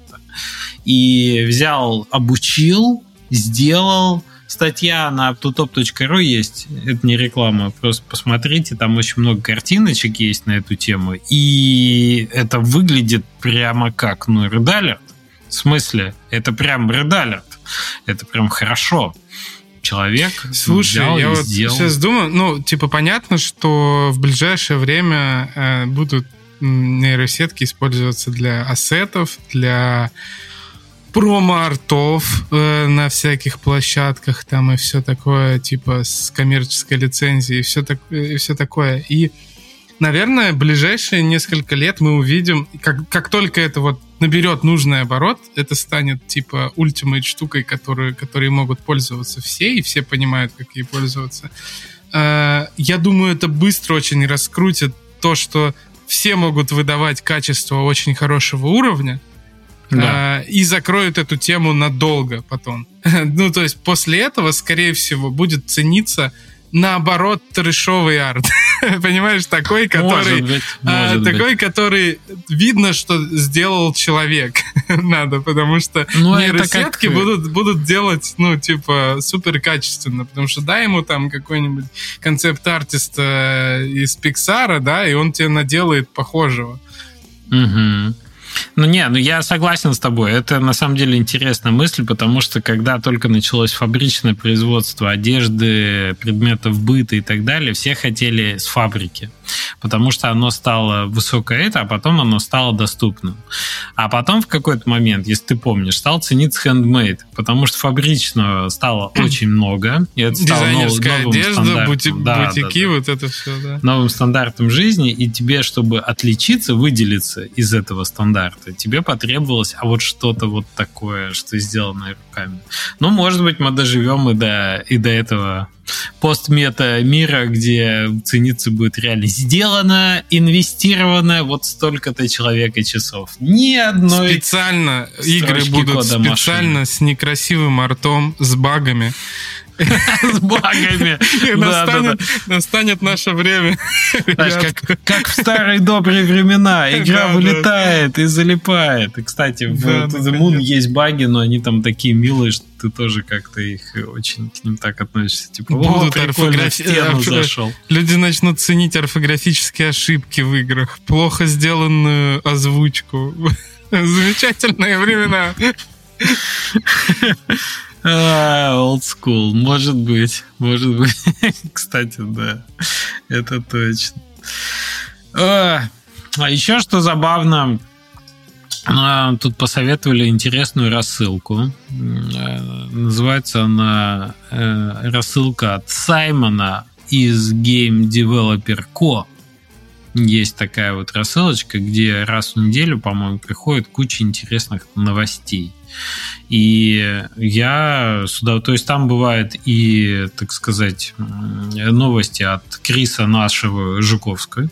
Speaker 1: И взял, обучил, сделал. Статья на tutop.ru есть, это не реклама, просто посмотрите, там очень много картиночек есть на эту тему, и это выглядит прямо как, Red Alert. В смысле, это прям Red Alert. Это прям хорошо. Человек
Speaker 2: взял я вот сделал. Сейчас думаю, понятно, что в ближайшее время будут нейросетки использоваться для ассетов, для промо-артов на всяких площадках там и все такое, типа с коммерческой лицензией и все такое. И, наверное, в ближайшие несколько лет мы увидим, как только это вот наберет нужный оборот, это станет типа ультимейт штукой, которой могут пользоваться все, и все понимают, как ей пользоваться. Я думаю, это быстро очень раскрутит то, что все могут выдавать качество очень хорошего уровня, и закроют эту тему надолго потом. Ну, то есть после этого, скорее всего, будет цениться наоборот трэшовый арт. Понимаешь, такой, который который видно, что сделал человек. Надо, потому что нейросетки будут делать, супер качественно, потому что дай ему там какой-нибудь концепт-артиста из Пиксара, да, и он тебе наделает похожего.
Speaker 1: Угу. Я согласен с тобой. Это на самом деле интересная мысль, потому что когда только началось фабричное производство одежды, предметов быта и так далее, все хотели с фабрики, потому что оно стало высокое, а потом оно стало доступным. А потом в какой-то момент, если ты помнишь, стал цениться handmade, потому что фабричного стало очень много. И это стало
Speaker 2: дизайнерская одежда, бутики, вот это все, да.
Speaker 1: Новым стандартом жизни, и тебе, чтобы отличиться, выделиться из этого стандарта, тебе потребовалось что-то вот такое, что сделано руками. Может быть, мы доживем и до этого постмета мира, где цениться будет реально сделано, инвестировано вот столько-то человек и часов. Ни одной
Speaker 2: специально игры будут специально с некрасивым артом, с багами.
Speaker 1: С багами.
Speaker 2: Настанет наше время.
Speaker 1: Знаешь, как в старые добрые времена. Игра вылетает и залипает. И, кстати, в The Moon есть баги, но они там такие милые, что ты тоже как-то их очень к ним так относишься. Типа, прикольно, в стену зашел.
Speaker 2: Люди начнут ценить орфографические ошибки в играх, плохо сделанную озвучку. Замечательные времена.
Speaker 1: Old school. Может быть. Кстати, да. Это точно. А еще что забавно, тут посоветовали интересную рассылку. Называется она рассылка от Саймона из Game Developer Co. Есть такая вот рассылочка, где раз в неделю, по-моему, приходит куча интересных новостей. И я сюда, то есть там бывает и, так сказать, новости от Криса нашего Жуковски,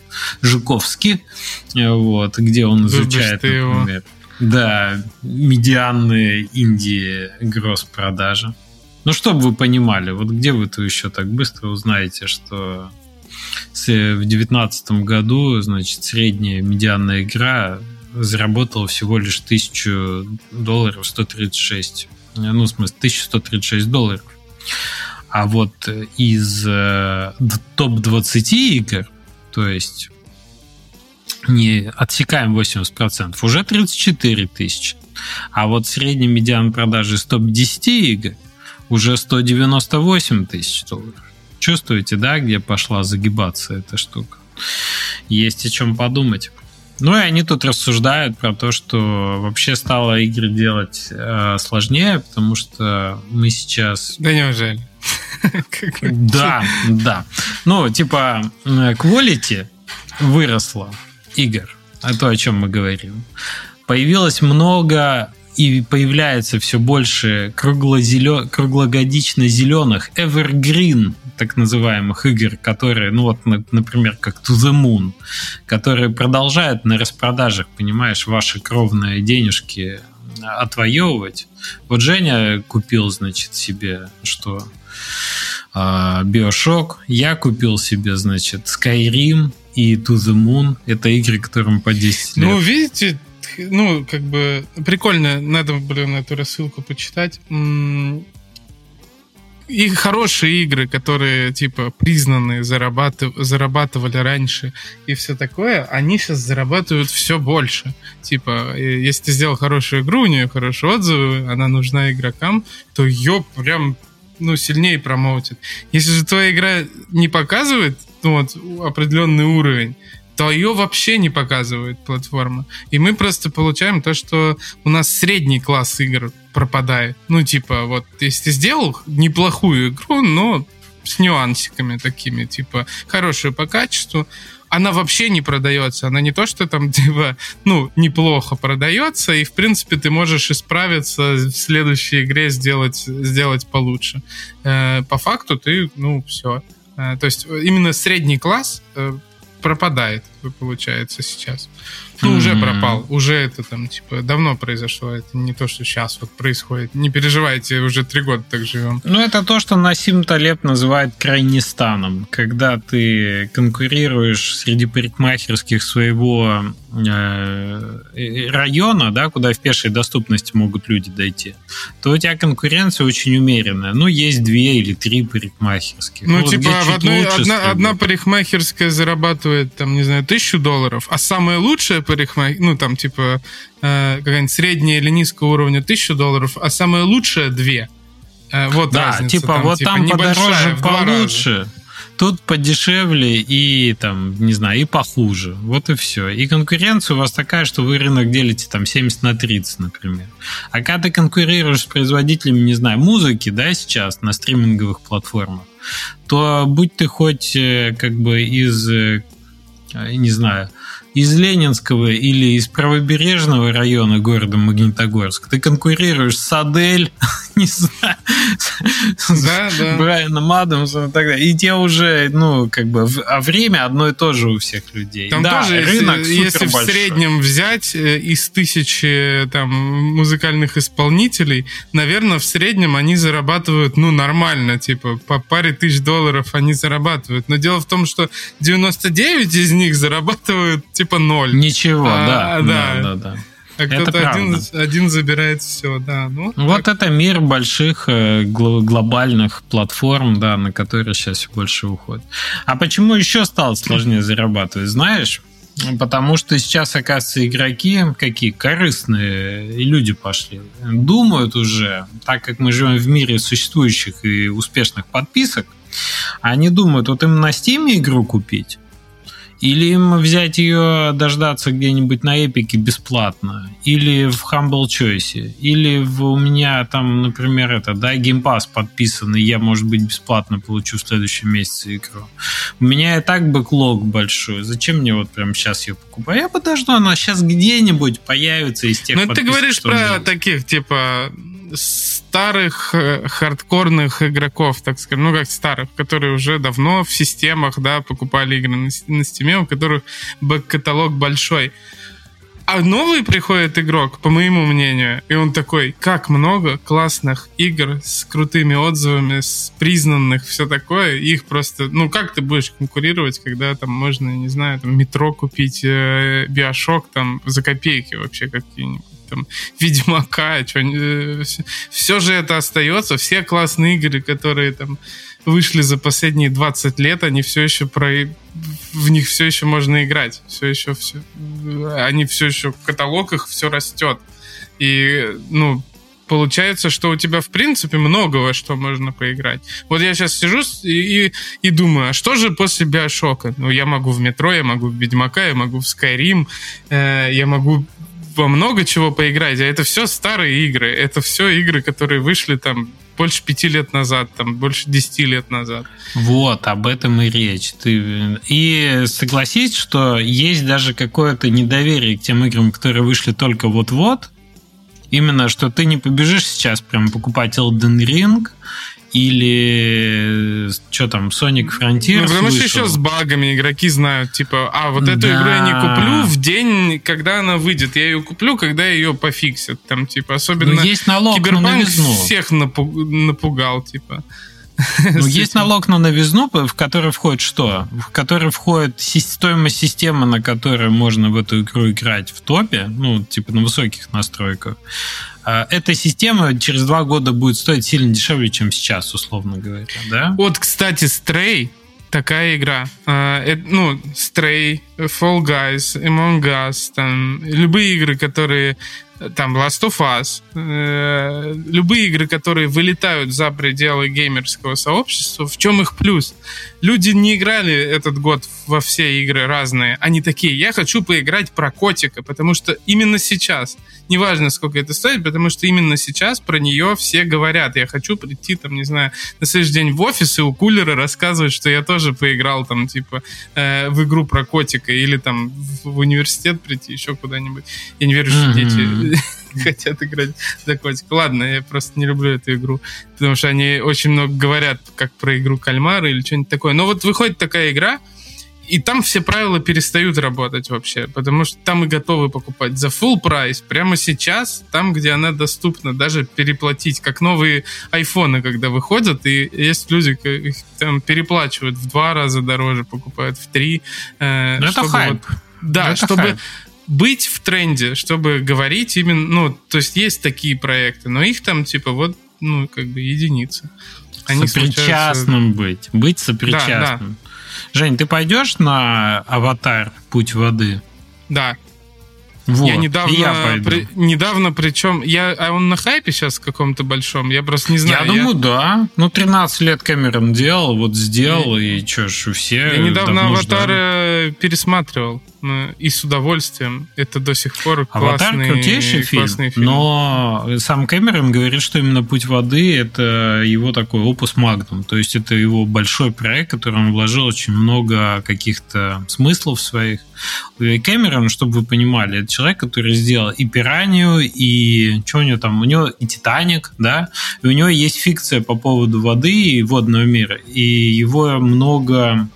Speaker 1: вот, где он изучает, например, медианные Индии гросс-продажи. Чтобы вы понимали, вот где вы-то еще так быстро узнаете, что в 2019 году, значит, средняя медианная игра заработала всего лишь $1000 136. В смысле, $1136. А вот из топ-20 игр, то есть не отсекаем 80%, уже 34 тысячи. А вот средний медиан продажи с топ-10 игр уже 198 тысяч долларов. Чувствуете, да, где пошла загибаться эта штука? Есть о чем подумать. Ну и они тут рассуждают про то, что вообще стало игры делать сложнее, потому что мы сейчас...
Speaker 2: Да неужели?
Speaker 1: Да. Ну, типа, quality выросла игр, то, о чем мы говорим. Появилось много и появляется все больше круглогодично зеленых evergreen, так называемых игр, которые, ну вот, например, как To The Moon, которые продолжают на распродажах, понимаешь, ваши кровные денежки отвоевывать. Вот Женя купил, значит, себе что? BioShock. Я купил себе, значит, Skyrim и To The Moon. Это игры, которым по 10 лет.
Speaker 2: Ну, видите, ну, как бы прикольно, надо, блин, эту рассылку почитать. И хорошие игры, которые, типа, признанные, зарабатывали раньше и все такое, они сейчас зарабатывают все больше. Типа, если ты сделал хорошую игру, у нее хорошие отзывы, она нужна игрокам, то ее прям, ну, сильнее промоутят. Если же твоя игра не показывает, ну, вот, определенный уровень, то ее вообще не показывает платформа. И мы просто получаем то, что у нас средний класс игр пропадает. Ну, типа, вот, если ты сделал неплохую игру, но с нюансиками такими, типа, хорошую по качеству, она вообще не продается. Она не то, что там, типа, ну, неплохо продается, и, в принципе, ты можешь исправиться в следующей игре, сделать получше. По факту ты, ну, все. То есть именно средний класс пропадает, получается, сейчас. Ну, уже пропал. Уже это там, типа, давно произошло. Это не то, что сейчас вот происходит. Не переживайте, уже 3 года так живем.
Speaker 1: Ну, это то, что Насим Талеб называет крайнистаном. Когда ты конкурируешь среди парикмахерских своего района, да, куда в пешей доступности могут люди дойти, то у тебя конкуренция очень умеренная. Ну, есть 2 или 3 парикмахерских.
Speaker 2: Ну, типа, одна парикмахерская зарабатывает, там, не знаю, $1000, а самая лучшая парикмахерская, ну, там, типа, какая-нибудь средняя или низкого уровня $1000, а самая лучшая 2. Вот
Speaker 1: да,
Speaker 2: разница.
Speaker 1: Типа,
Speaker 2: там,
Speaker 1: вот
Speaker 2: типа,
Speaker 1: там подороже, получше.
Speaker 2: Раза.
Speaker 1: Тут подешевле и там, не знаю, и похуже. Вот и все. И конкуренция у вас такая, что вы рынок делите там 70/30, например. А когда ты конкурируешь с производителями, не знаю, музыки, да, сейчас на стриминговых платформах, то будь ты хоть как бы из, не знаю, из Ленинского или из правобережного района города Магнитогорск, ты конкурируешь с Адель, не знаю, с Брайаном Адамсом и так далее. И те уже, ну, как бы, а время одно и то же у всех людей.
Speaker 2: Там
Speaker 1: да,
Speaker 2: тоже,
Speaker 1: рынок
Speaker 2: если в среднем взять из 1000 там музыкальных исполнителей, наверное, в среднем они зарабатывают, ну, нормально, типа, по паре $1000 они зарабатывают. Но дело в том, что 99 из них зарабатывают, типа, 0.
Speaker 1: Ничего, да.
Speaker 2: А кто-то один забирает все, да. Ну,
Speaker 1: вот так. Это мир больших глобальных платформ, да, на которые сейчас все больше уходит. А почему еще стало сложнее зарабатывать, знаешь? Потому что сейчас, оказывается, игроки какие корыстные люди пошли. Думают уже, так как мы живем в мире существующих и успешных подписок, они думают, вот им на Steam игру купить, или им взять ее, дождаться где-нибудь на Эпике бесплатно, или в Humble Choice, или у меня там, например, Game Pass подписанный, я, может быть, бесплатно получу в следующем месяце игру. У меня и так бэклог большой. Зачем мне вот прямо сейчас ее покупать? Я подожду, она сейчас где-нибудь появится из тех подписок.
Speaker 2: Ну, ты говоришь про таких, типа, старых хардкорных игроков, так скажем, ну как старых, которые уже давно в системах, да, покупали игры на Steam, у которых бэк-каталог большой. А новый приходит игрок, по моему мнению, и он такой, как много классных игр с крутыми отзывами, с признанных, все такое, их просто, ну как ты будешь конкурировать, когда там можно, не знаю, там метро купить, BioShock там за копейки вообще какие-нибудь. Там, Ведьмака, все же это остается, все классные игры, которые там вышли за последние 20 лет, они все еще в них все еще можно играть. Они все еще в каталогах, все растет. И, получается, что у тебя, в принципе, много во что можно поиграть. Вот я сейчас сижу и думаю, а что же после Биошока? Я могу в Метро, я могу в Ведьмака, я могу в Skyrim, я могу во много чего поиграть. А это все старые игры. Это все игры, которые вышли там больше 5 лет назад, там больше 10 лет назад.
Speaker 1: Вот, об этом и речь. И согласись, что есть даже какое-то недоверие к тем играм, которые вышли только вот-вот. Именно, что ты не побежишь сейчас прям покупать Elden Ring или что там, Sonic Frontiers
Speaker 2: потому
Speaker 1: вышел.
Speaker 2: что еще с багами игроки знают, типа, вот эту игру я не куплю в день, когда она выйдет. Я ее куплю, когда ее пофиксят. Там, типа, особенно
Speaker 1: есть налог
Speaker 2: Киберпанк всех напугал, типа.
Speaker 1: Есть налог на новизну, в который входит что? В который входит стоимость системы, на которой можно в эту игру играть в топе, типа на высоких настройках. Эта система через 2 года будет стоить сильно дешевле, чем сейчас, условно говоря, да?
Speaker 2: Вот, кстати, Stray, такая игра. Stray, Fall Guys, Among Us, там, любые игры, которые... Там Last of Us, любые игры, которые вылетают за пределы геймерского сообщества, в чем их плюс? Люди не играли этот год во все игры разные. Они такие, я хочу поиграть про котика, потому что именно сейчас, неважно, сколько это стоит, потому что именно сейчас про нее все говорят. Я хочу прийти, там, не знаю, на следующий день в офис и у кулера рассказывать, что я тоже поиграл, там, типа, в игру про котика, или там в университет прийти, еще куда-нибудь. Я не верю, что дети хотят играть за котика. Ладно, я просто не люблю эту игру, потому что они очень много говорят, как про игру кальмара или что-нибудь такое. Но вот выходит такая игра, и там все правила перестают работать вообще, потому что там и готовы покупать за full прайс прямо сейчас, там, где она доступна, даже переплатить, как новые айфоны, когда выходят, и есть люди, их там переплачивают в 2 раза дороже, покупают в 3.
Speaker 1: Это хайп.
Speaker 2: Чтобы
Speaker 1: хайп.
Speaker 2: Быть в тренде, чтобы говорить именно, то есть есть такие проекты, но их там типа единицы. Они
Speaker 1: сопричастным быть сопричастным. Да. Жень, ты пойдешь на «Аватар. Путь воды»?
Speaker 2: Да.
Speaker 1: Вот,
Speaker 2: я недавно, причем, он на хайпе сейчас каком-то большом, я просто не знаю.
Speaker 1: Я думаю, да. 13 лет Кэмерон делал, сделал, и что ж, все.
Speaker 2: Я недавно «Аватар» пересматривал, и с удовольствием. Это до сих пор
Speaker 1: классный, крутейший фильм. Но сам Кэмерон говорит, что именно «Путь воды» — это его такой опус магнум. То есть это его большой проект, в который он вложил очень много каких-то смыслов своих. И Кэмерон, чтобы вы понимали, это человек, который сделал и «Пиранью», и что у него там? У него и «Титаник», да? И у него есть фикция по поводу воды и водного мира. И его много...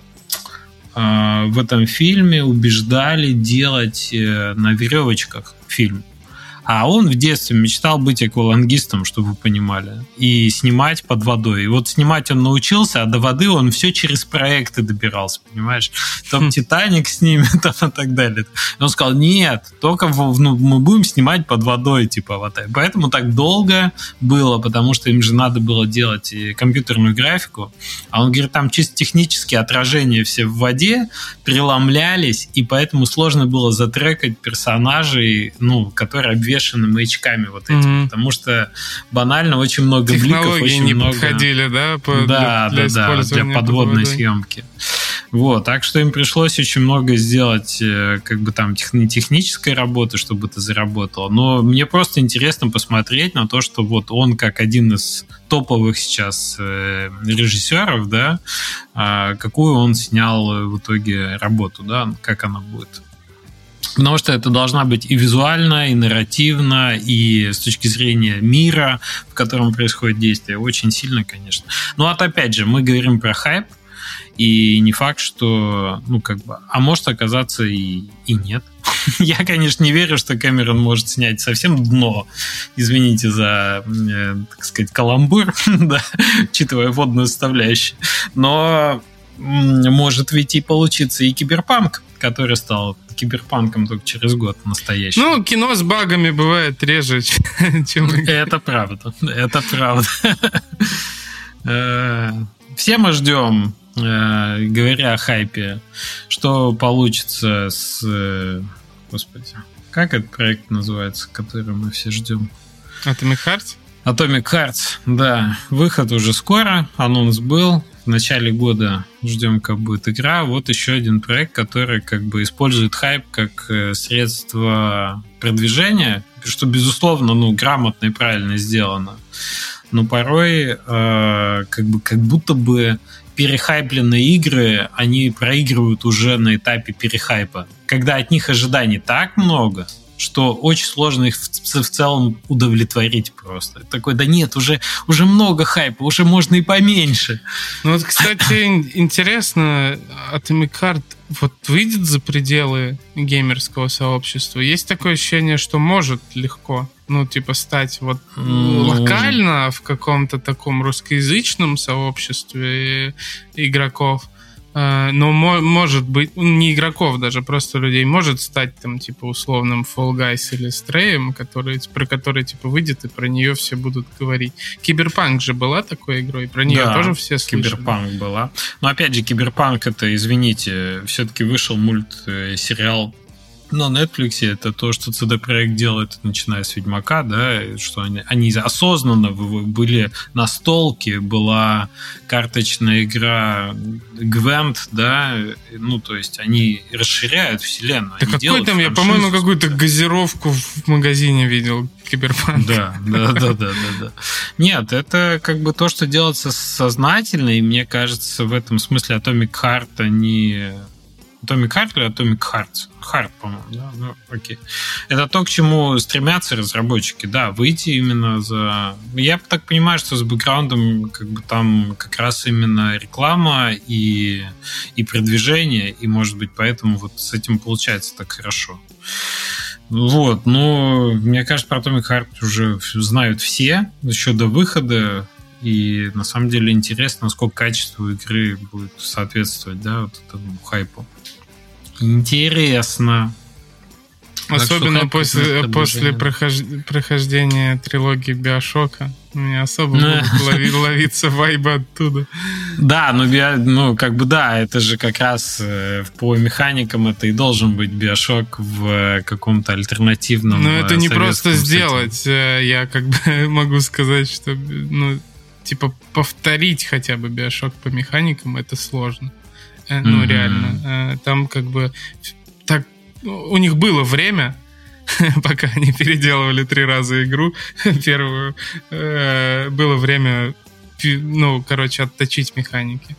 Speaker 1: в этом фильме убеждали делать на веревочках фильм. А он в детстве мечтал быть аквалангистом, чтобы вы понимали, и снимать под водой. И вот снимать он научился, а до воды он все через проекты добирался, понимаешь? Там «Титаник» снимет, там и так далее. И он сказал, нет, только мы будем снимать под водой, типа «Аватар». Поэтому так долго было, потому что им же надо было делать компьютерную графику. А он говорит, там чисто технически отражения все в воде преломлялись, и поэтому сложно было затрекать персонажей, которые обвешаны маячками вот этими, потому что банально очень много бликов, очень
Speaker 2: не
Speaker 1: много...
Speaker 2: подходили, да?
Speaker 1: Для подводной съемки. Вот, так что им пришлось очень много сделать там технической работы, чтобы это заработало. Но мне просто интересно посмотреть на то, что вот он как один из топовых сейчас режиссеров, да, какую он снял в итоге работу, да, как она будет. Потому что это должна быть и визуально, и нарративно, и с точки зрения мира, в котором происходит действие, очень сильно, конечно. Опять же, мы говорим про хайп, и не факт, что, а может оказаться и нет. Я, конечно, не верю, что Кэмерон может снять совсем дно, извините за, так сказать, каламбур, да, учитывая водную составляющую, но может ведь и получиться и Киберпанк, который стал Киберпанком только через год настоящий.
Speaker 2: Кино с багами бывает реже, чем...
Speaker 1: Это правда. все мы ждем, говоря о хайпе, что получится с... Господи, как этот проект называется, который мы все ждем?
Speaker 2: Atomic Hearts?
Speaker 1: Atomic Hearts, да. Выход уже скоро, анонс был. В начале года ждем, как будет игра. Вот еще один проект, который как бы использует хайп как средство продвижения, что, безусловно, грамотно и правильно сделано. Но порой как будто бы перехайпленные игры, они проигрывают уже на этапе перехайпа. Когда от них ожиданий так много, что очень сложно их в целом удовлетворить просто. Такой, да нет, уже много хайпа, уже можно и поменьше.
Speaker 2: Ну вот, кстати, интересно, Atomic Heart вот выйдет за пределы геймерского сообщества? Есть такое ощущение, что может легко, стать локально в каком-то таком русскоязычном сообществе игроков, но может быть, не игроков даже, просто людей, может стать там условным Fall Guys или Stray, про который выйдет, и про нее все будут говорить. Киберпанк же была такой игрой, про нее тоже все слышали.
Speaker 1: Киберпанк была. Но опять же, Киберпанк, это, извините, все-таки вышел мультсериал на Netflix. Это то, что CD Projekt делает, начиная с Ведьмака, да, что они осознанно были настолки, была карточная игра Gwent, да, то есть они расширяют вселенную.
Speaker 2: Да какой там, я, по-моему, какую-то газировку в магазине видел, Киберпанк.
Speaker 1: Да. Нет, это как бы то, что делается сознательно, и мне кажется, в этом смысле Atomic Heart, они... Atomic Heart или Atomic Hearts? Heart, по-моему, да? Окей. Это то, к чему стремятся разработчики, да, выйти именно за... Я так понимаю, что с бэкграундом как бы там как раз именно реклама и продвижение, и, может быть, поэтому вот с этим получается так хорошо. Вот, мне кажется, про Atomic Heart уже знают все еще до выхода. И на самом деле интересно, насколько качество игры будет соответствовать, да, вот этому хайпу. Интересно.
Speaker 2: Особенно после прохождения трилогии Биошока. У меня особо будут ловиться вайбы оттуда.
Speaker 1: Да, это же как раз по механикам это и должен быть Биошок в каком-то альтернативном...
Speaker 2: Но это не просто сделать. Я как бы могу сказать, что... повторить хотя бы Биошок по механикам это сложно. Реально. Там как бы так у них было время, пока они переделывали 3 раза игру первую, было время отточить механики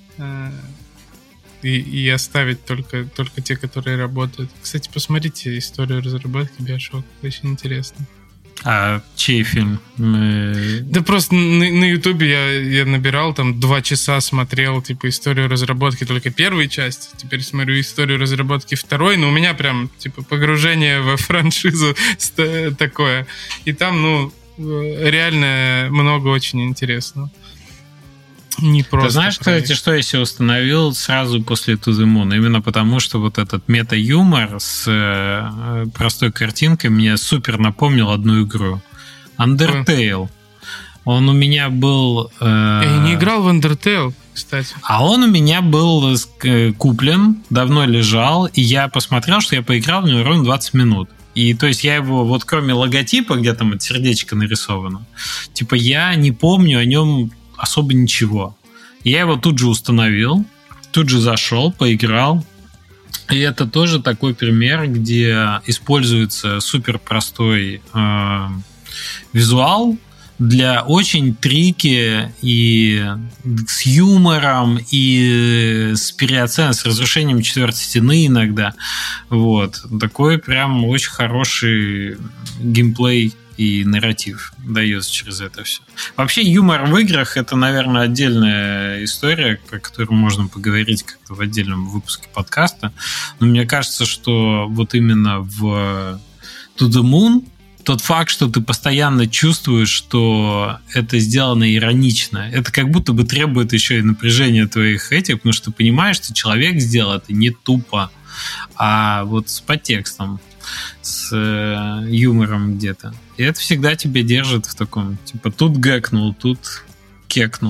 Speaker 2: и оставить только те, которые работают. Кстати, посмотрите историю разработки Биошок, очень интересно.
Speaker 1: А чей фильм?
Speaker 2: Да просто на Ютубе я набирал, там 2 часа смотрел, историю разработки только первой части. Теперь смотрю историю разработки второй, но у меня прям, погружение во франшизу такое. И там, реально много очень интересного. Не просто.
Speaker 1: Ты знаешь, кстати, что я себе установил сразу после To The Moon? Именно потому, что вот этот мета-юмор с простой картинкой мне супер напомнил одну игру. Undertale. Он у меня был...
Speaker 2: Я не играл в Undertale, кстати.
Speaker 1: А он у меня был куплен, давно лежал, и я посмотрел, что я поиграл в него ровно 20 минут. И то есть я его, вот кроме логотипа, где там это сердечко нарисовано, я не помню о нем особо ничего. Я его тут же установил, тут же зашел, поиграл. И это тоже такой пример, где используется супер простой визуал для очень трики и с юмором, и с с разрушением четвертой стены иногда. Вот. Такой прям очень хороший геймплей и нарратив дается через это все. Вообще юмор в играх — это, наверное, отдельная история, про которую можно поговорить как-то в отдельном выпуске подкаста. Но мне кажется, что вот именно в To The Moon тот факт, что ты постоянно чувствуешь, что это сделано иронично, это как будто бы требует еще и напряжения твоих потому что ты понимаешь, что человек сделал это не тупо, а вот с подтекстом, с юмором где-то. И это всегда тебя держит в таком, тут гэкнул, тут кекнул.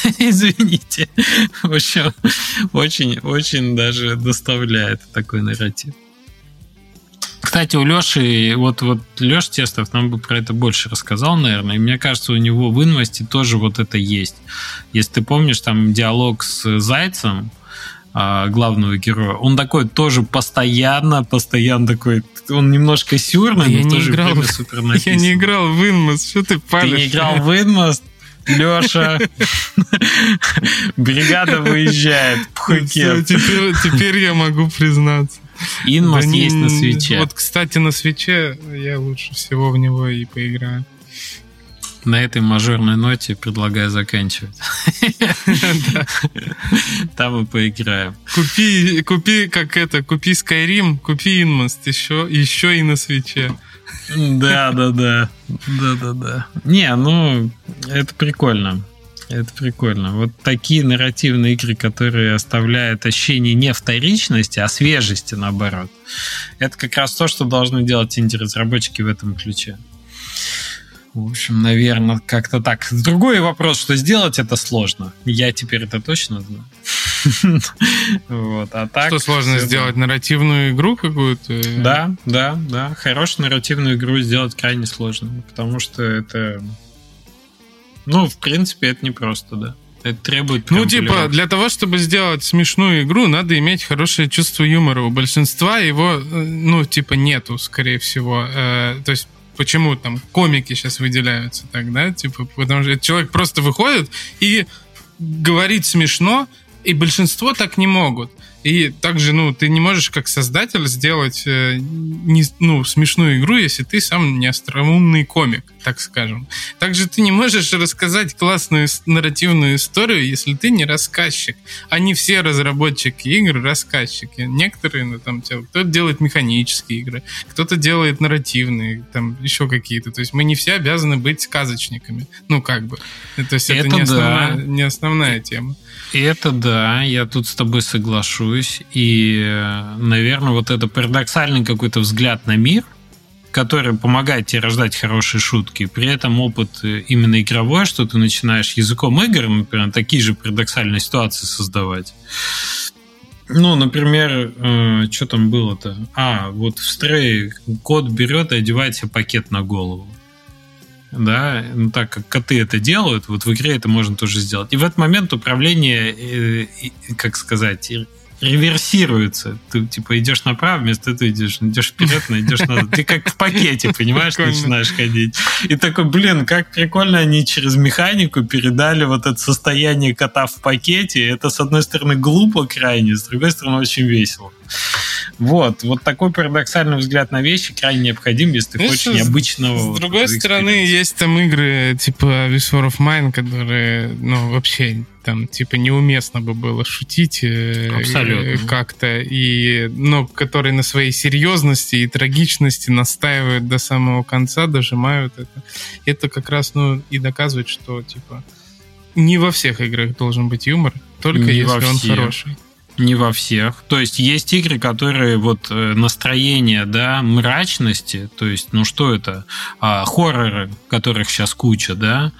Speaker 1: Извините. В общем, очень даже доставляет такой нарратив. Кстати, у Леши, вот Леша Тестов нам бы про это больше рассказал, наверное, и мне кажется, у него в инвесте тоже вот это есть. Если ты помнишь, там диалог с Зайцем, главного героя, он такой тоже постоянно такой, он немножко сюрный, но в то же время супер написан.
Speaker 2: Я не играл в Инмост, что ты палишь?
Speaker 1: Ты не играл в Инмост? Леша, бригада выезжает, Пхукет.
Speaker 2: Теперь я могу признаться.
Speaker 1: Инмост есть на свитче.
Speaker 2: Вот, кстати, на свитче я лучше всего в него и поиграю.
Speaker 1: На этой мажорной ноте предлагаю заканчивать. Там и поиграем.
Speaker 2: Купи Skyrim, купи Инмост еще и на свитче.
Speaker 1: Да. Не, ну, это прикольно. Это прикольно. Вот такие нарративные игры, которые оставляют ощущение не вторичности, а свежести, наоборот. Это как раз то, что должны делать инди-разработчики в этом ключе. В общем, наверное, как-то так. Другой вопрос, что сделать это сложно. Я теперь это точно знаю. Вот. А так,
Speaker 2: что сложно сделать? Нарративную игру какую-то?
Speaker 1: Да. Хорошую нарративную игру сделать крайне сложно. Потому что это... Ну, в принципе, это непросто, да. Это требует...
Speaker 2: Ну, типа, для того, чтобы сделать смешную игру, надо иметь хорошее чувство юмора. У большинства его, ну, типа, нету, скорее всего. То есть, почему там комики сейчас выделяются так, да? Типа, потому что человек просто выходит и говорит смешно, и большинство так не могут. И также, ну, ты не можешь как создатель сделать смешную игру, если ты сам не остроумный комик, так скажем. Также ты не можешь рассказать классную нарративную историю, если ты не рассказчик. А не все разработчики игр рассказчики. Некоторые, ну, там, кто-то делает механические игры, кто-то делает нарративные, там, еще какие-то. То есть мы не все обязаны быть сказочниками. Ну, как бы. То есть это не основная тема.
Speaker 1: И это да, я тут с тобой соглашусь. И, наверное, вот это парадоксальный какой-то взгляд на мир, который помогает тебе рождать хорошие шутки. При этом опыт именно игровой, что ты начинаешь языком игр, например, такие же парадоксальные ситуации создавать. Ну, например, что там было-то? Вот в Stray кот берет и одевает себе пакет на голову. Да, ну так как коты это делают, вот в игре это можно тоже сделать. И в этот момент управление, как сказать, реверсируется. Ты типа идешь направо, вместо этого идешь вперед, идешь назад. Ты как в пакете, понимаешь, начинаешь ходить. И такой, блин, как прикольно они через механику передали вот это состояние кота в пакете. Это, с одной стороны, глупо крайне, с другой стороны, очень весело. Вот такой парадоксальный взгляд на вещи крайне необходим, если ты хочешь необычного.
Speaker 2: С другой стороны, есть там игры типа This War of Mine, которые, ну, вообще там типа неуместно бы было шутить как-то, но которые на своей серьезности и трагичности настаивают до самого конца, дожимают это. Это как раз, ну, и доказывает, что типа не во всех играх должен быть юмор, только не если он хороший.
Speaker 1: Не во всех. То есть есть игры, которые вот настроение, да, мрачности, то есть, ну что это? Хорроры, которых сейчас куча, да,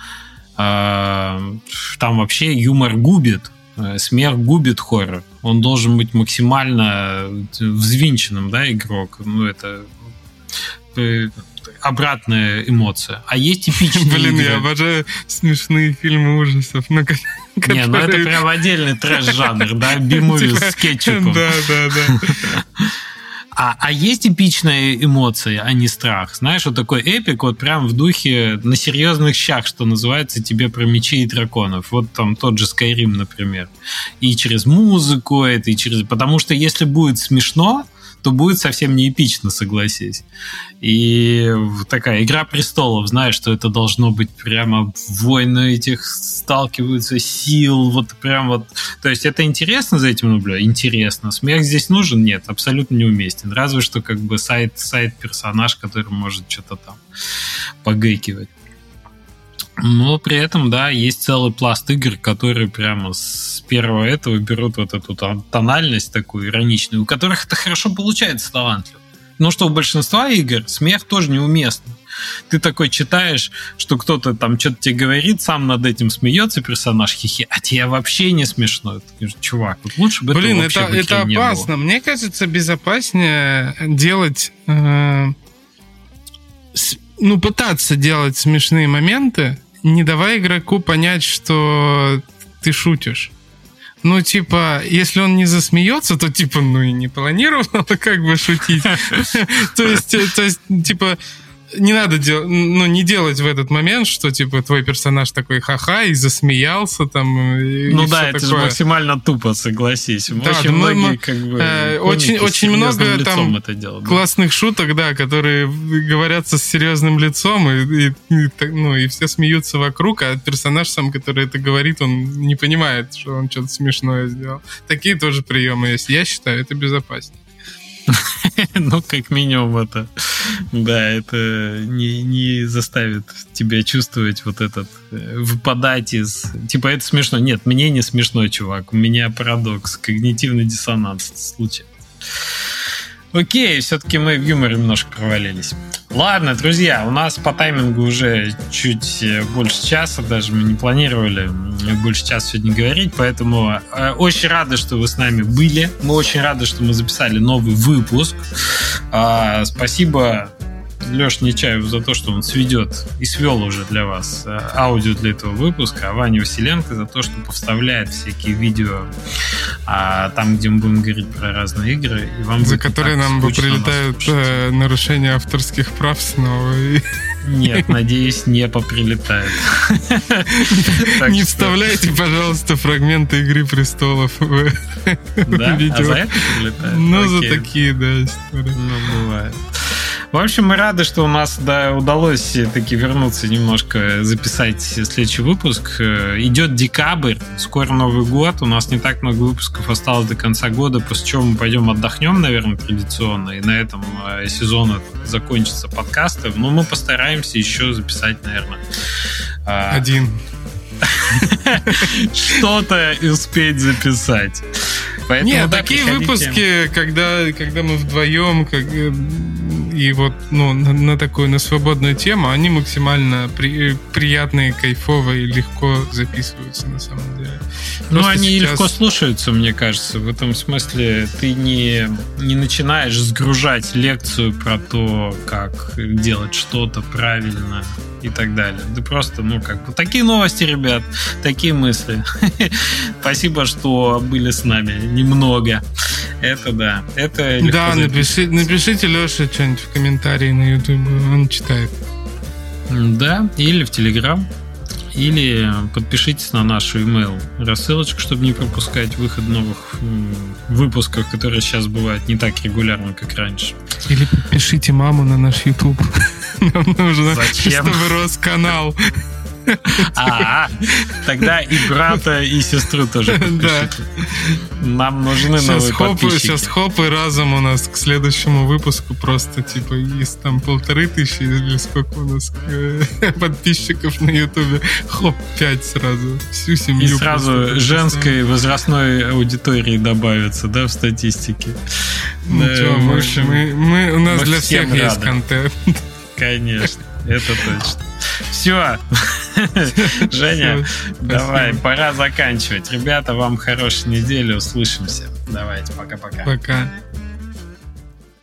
Speaker 1: там вообще юмор губит, смех губит хоррор. Он должен быть максимально взвинченным, да, игрок. Ну, это обратная эмоция. А есть типичные
Speaker 2: Блин,
Speaker 1: игры.
Speaker 2: Я обожаю смешные фильмы ужасов.
Speaker 1: Не, ну это прям отдельный трэш-жанр, да, би-муви с кетчупом.
Speaker 2: Да.
Speaker 1: А есть типичные эмоции, а не страх. Знаешь, вот такой эпик, вот прям в духе на серьезных щах, что называется, тебе про мечей и драконов. Вот там тот же Skyrim, например. И через музыку это, и через... Потому что если будет смешно, то будет совсем не эпично, согласись. И такая «Игра престолов», знаешь, что это должно быть прямо войны этих сталкиваются сил, вот прям вот. То есть это интересно за этим наблюдать? Интересно. Смех здесь нужен? Нет, абсолютно неуместен. Разве что как бы сайд-персонаж, который может что-то там погыкивать. Но при этом, да, есть целый пласт игр, которые прямо с первого этого берут вот эту тональность такую ироничную, у которых это хорошо получается талантливо. Но что у большинства игр смех тоже неуместный. ты такой читаешь, что кто-то там что-то тебе говорит, сам над этим смеется персонаж, хихи, а тебе вообще не смешно. Ты, чувак, вот лучше бы
Speaker 2: это
Speaker 1: вообще не
Speaker 2: опасно.
Speaker 1: было.
Speaker 2: Мне кажется, безопаснее делать... пытаться делать смешные моменты, не давая игроку понять, что ты шутишь. Если он не засмеется, то, и не планировал как бы шутить. То есть, не надо не делать в этот момент, что, твой персонаж такой ха-ха и засмеялся там.
Speaker 1: Это же максимально тупо, согласись.
Speaker 2: Да,
Speaker 1: очень многие, как бы,
Speaker 2: очень много там
Speaker 1: это делают,
Speaker 2: классных шуток, да, которые говорятся с серьезным лицом, и все смеются вокруг, а персонаж сам, который это говорит, он не понимает, что он что-то смешное сделал. Такие тоже приемы есть. Я считаю, это безопаснее.
Speaker 1: Как минимум это не заставит тебя чувствовать вот этот, выпадать из... это смешно. Нет, мне не смешно, чувак. У меня парадокс, когнитивный диссонанс случается. Окей, все-таки мы в юморе немножко провалились. Ладно, друзья, у нас по таймингу уже чуть больше часа, даже мы не планировали больше часа сегодня говорить, поэтому очень рады, что вы с нами были. Мы очень рады, что мы записали новый выпуск. Спасибо Лёше Нечаеву за то, что он сведет и свел уже для вас аудио для этого выпуска, а Ване Василенко за то, что поставляет всякие видео там, где мы будем говорить про разные игры. И вам
Speaker 2: за которые нам прилетают нарушения авторских прав снова.
Speaker 1: Нет, надеюсь, не поприлетает.
Speaker 2: Не вставляйте, пожалуйста, фрагменты «Игры престолов» в видео.
Speaker 1: А за это прилетает?
Speaker 2: За такие, да, истории.
Speaker 1: Бывает. В общем, мы рады, что у нас удалось таки вернуться немножко, записать следующий выпуск. Идет декабрь, скоро Новый год, у нас не так много выпусков осталось до конца года, после чего мы пойдем отдохнем, наверное, традиционно, и на этом сезон закончится подкасты. Но мы постараемся еще записать, наверное...
Speaker 2: Один.
Speaker 1: Что-то успеть записать. Поэтому,
Speaker 2: нет, такие выпуски, когда мы вдвоем, и на свободную тему, они максимально приятные, кайфовые, легко записываются на самом деле.
Speaker 1: Они легко слушаются, мне кажется. В этом смысле ты не начинаешь сгружать лекцию про то, как делать что-то правильно и так далее. Ты просто, такие новости, ребят, такие мысли. Спасибо, что были с нами немного. Это да. Это легко.
Speaker 2: Да, напишите Лёше что-нибудь в комментарии на YouTube, он читает.
Speaker 1: Да, или в Telegram. Или подпишитесь на нашу email рассылочку, чтобы не пропускать выход новых выпусков, которые сейчас бывают не так регулярно, как раньше.
Speaker 2: Или подпишите маму на наш YouTube. Нам нужно,
Speaker 1: зачем?
Speaker 2: Чтобы рос канал.
Speaker 1: Тогда и брата, и сестру тоже подпишите. Нам нужны новые подписчики.
Speaker 2: Сейчас и разом у нас к следующему выпуску просто из там 1500 или сколько у нас подписчиков на Ютубе, 5 сразу, всю семью.
Speaker 1: И сразу женской возрастной аудитории добавится, да, в статистике.
Speaker 2: У нас для всех есть контент.
Speaker 1: Конечно, это точно. Все, Женя, давай, пора заканчивать. Ребята, вам хорошей недели, услышимся. Давайте, пока-пока.
Speaker 2: Пока.